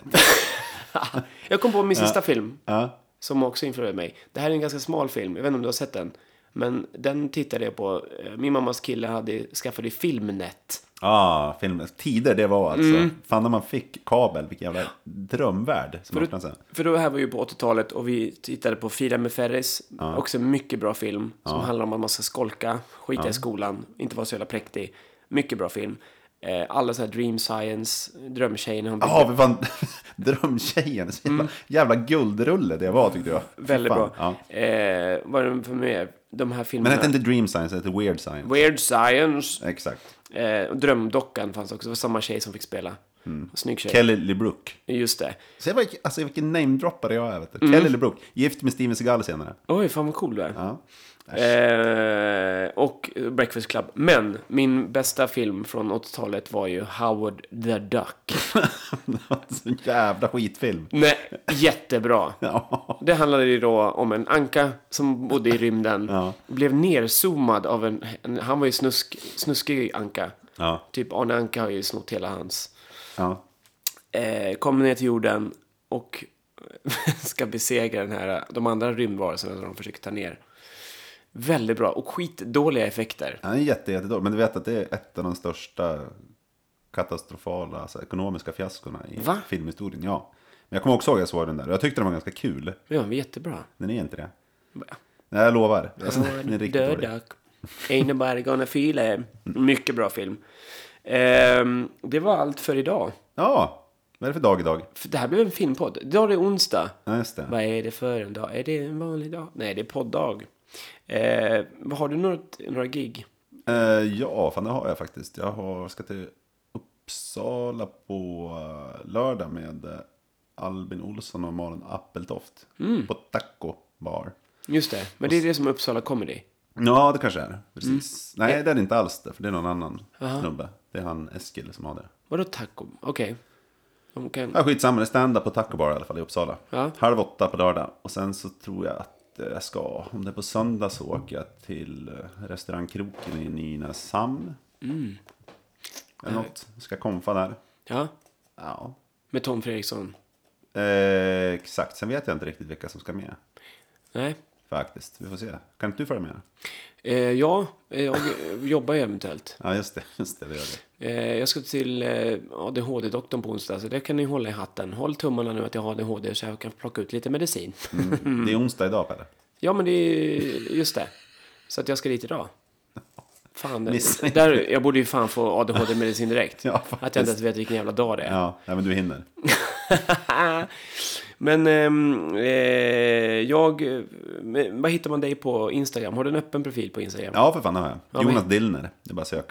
Jag kom på min sista ja. film. Ja. Som också influerade mig. Det här är en ganska smal film. Jag vet inte om du har sett den. Men den tittade jag på. Min mammas kille hade skaffat Filmnet. Ja, ah, film. Tider det var alltså. Mm. Fan när man fick kabel. Vilken jävla drömvärld. Som för, då, för då här var ju på åttiotalet. Och vi tittade på Fira med Ferris. Ja. Också en mycket bra film. Som ja. handlar om att man ska skolka. Skita ja. i skolan. Inte vara så jävla präktig. Mycket bra film. Alla så här Dream Science, Drömtjejen. Ja, för fan, Drömtjejen. Mm. Jävla guldrulle det var tyckte jag. Väldigt bra. Ja. Eh, vad är det för mer? De här filmerna. Men det heter inte Dream Science, det heter Weird Science. Weird Science. Exakt. Eh, och Drömdockan fanns också. Det var samma tjej som fick spela. Mm. Snygg tjej. Kelly LeBrook. Just det. Så jag var, alltså vilken namedroppare jag är, vet du. Mm. Kelly LeBrook. Gift med Steven Seagal senare. Oj, fan vad cool du är. Ja. Eh, och Breakfast Club. Men min bästa film från åttiotalet var ju Howard the Duck. Så jävla skitfilm. Nej, jättebra. Ja. Det handlade ju då om en anka som bodde i rymden. Ja. Blev nerzoomad av en, en han var ju snusk, snuskig anka. Ja. Typ Arne Anka har ju snott hela hans. Ja. Eh, kom ner till jorden och ska besegra den här, de andra rymdvarelserna som de försöker ta ner. Väldigt bra. Och skitdåliga effekter. Han är jätte, jättedålig. Men du vet att det är ett av de största katastrofala alltså, ekonomiska fiaskorna i Va? filmhistorien. Ja. Men jag kommer också ihåg att jag såg den där. Och jag tyckte den var ganska kul. Ja, men jättebra. Den är inte det. Va? Nej, jag lovar. Alltså, den är riktigt dålig. Ain't nobody gonna feel it. Mycket bra film. Ehm, det var allt för idag. Ja. Vad är det för dag idag? För det här blev en filmpodd. Idag är det onsdag. Ja, just det. Vad är det för en dag? Är det en vanlig dag? Nej, det är podddag. Eh, har du något, några gig? Eh, ja, fan det har jag faktiskt. Jag har, ska till Uppsala på lördag med Albin Olsson och Maren Appeltoft. Mm. På Taco Bar. Just det, men det är det som är Uppsala Comedy. Ja, det kanske är. Precis. Mm. Nej, det är det inte alls det, för det är någon annan snubbe. Det är han Eskil som har det. Vadå Taco? Okej. Okay. Kan... Ja, skitsamma, det stand-up på Taco Bar i alla fall i Uppsala. Ja. Halv åtta på lördag. Och sen så tror jag att jag ska, om det är på söndag så åker jag till restaurangkroken i Nynäshamn. Mm. Eller något. Jag ska komfa där. Ja. Ja. Med Tom Fredriksson. Eh, exakt. Sen vet jag inte riktigt vilka som ska med. Nej. Faktiskt. Vi får se. Kan inte du följa med? Eh, ja, jag jobbar ju eventuellt. Ja, just det. Just det, det gör det. Eh, jag ska till eh, A D H D-doktorn på onsdag. Så det kan ni hålla i hatten. Håll tummarna nu att jag har A D H D så jag kan plocka ut lite medicin. Mm. Mm. Det är onsdag idag, Pelle. Ja, men det är just det. Så att jag ska dit idag. Fan, det, där, jag borde ju fan få A D H D-medicin direkt. Ja, att jag inte ens vet vilken jävla dag det är. Ja, ja men du hinner. Men eh, jag... Vad hittar man dig på Instagram? Har du en öppen profil på Instagram? Ja, för fan har jag. Ja, Jonas men... Dillner. Det är bara att söka.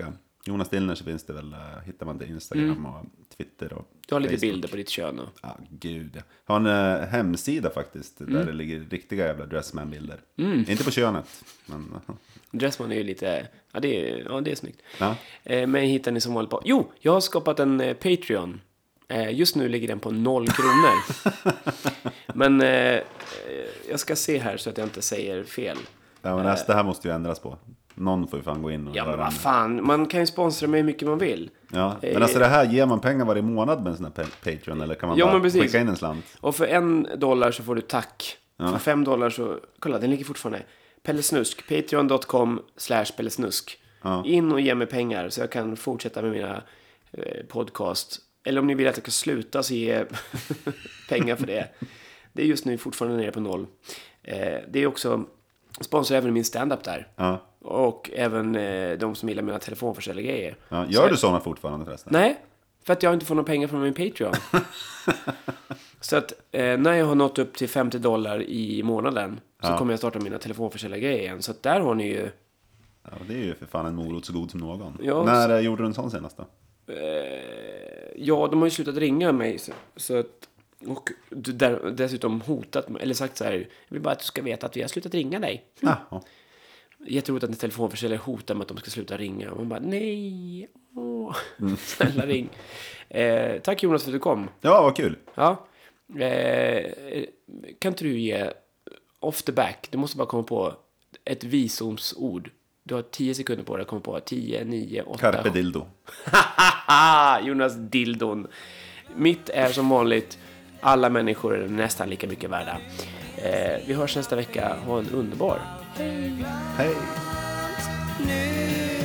Jonas Dillner så finns det väl, uh, hittar man det Instagram mm. och Twitter och du har lite Facebook. bilder på ditt kön och... Ja, gud ja. Jag har en uh, hemsida faktiskt mm. där det ligger riktiga jävla Dressman-bilder. Mm. Inte på könet, men... Uh. Dressman är ju lite... Ja, det är, ja, det är snyggt. Ja. Eh, men hittar ni som håller på... Jo, jag har skapat en eh, Patreon. Eh, just nu ligger den på noll kronor. Men eh, jag ska se här så att jag inte säger fel. Ja, men nästa här måste ju ändras på. Någon får ju fan gå in och ja, men vad fan. Man kan ju sponsra mig hur mycket man vill. Ja, men alltså det här, ger man pengar varje månad med en sån här Patreon? Eller kan man ja, bara skicka in en slant? Och för en dollar så får du tack. Ja. För fem dollar så... Kolla, den ligger fortfarande. Pellesnusk. Patreon dot com slash Pellesnusk. Ja. In och ge mig pengar så jag kan fortsätta med mina eh, podcast. Eller om ni vill att jag ska sluta så ge pengar för det. Det är just nu fortfarande nere på noll. Eh, det är också... Sponsrar även min stand-up där. Ja. Och även eh, de som gillar mina telefonförsäljargrejer. Ja, gör så du sådana fortfarande förresten? Nej, för att jag inte får några pengar från min Patreon. Så att eh, när jag har nått upp till femtio dollar i månaden så ja. kommer jag starta mina telefonförsäljargrejer igen. Så att där har ni ju... Ja, det är ju för fan en morot så god som någon. Ja, när så... gjorde du en sån senast då? Eh, ja, de har ju slutat ringa mig. Så, så att... Och där, dessutom hotat mig, eller sagt så här: jag vill bara att du ska veta att vi har slutat ringa dig. Mm. Ja. Jätteroligt att en telefonförsäljare hotar med att de ska sluta ringa. Och man bara, nej, åh, mm. snälla ring. Eh, tack Jonas för att du kom. Ja, vad kul. Ja. Eh, kan inte du ge off the back, du måste bara komma på ett visdomsord. Du har tio sekunder på dig att komma på tio, nio, åtta. Carpe dildo. Jonas Dildon. Mitt är som vanligt: alla människor är nästan lika mycket värda. Eh, vi hörs nästa vecka. Ha en underbar. Hej.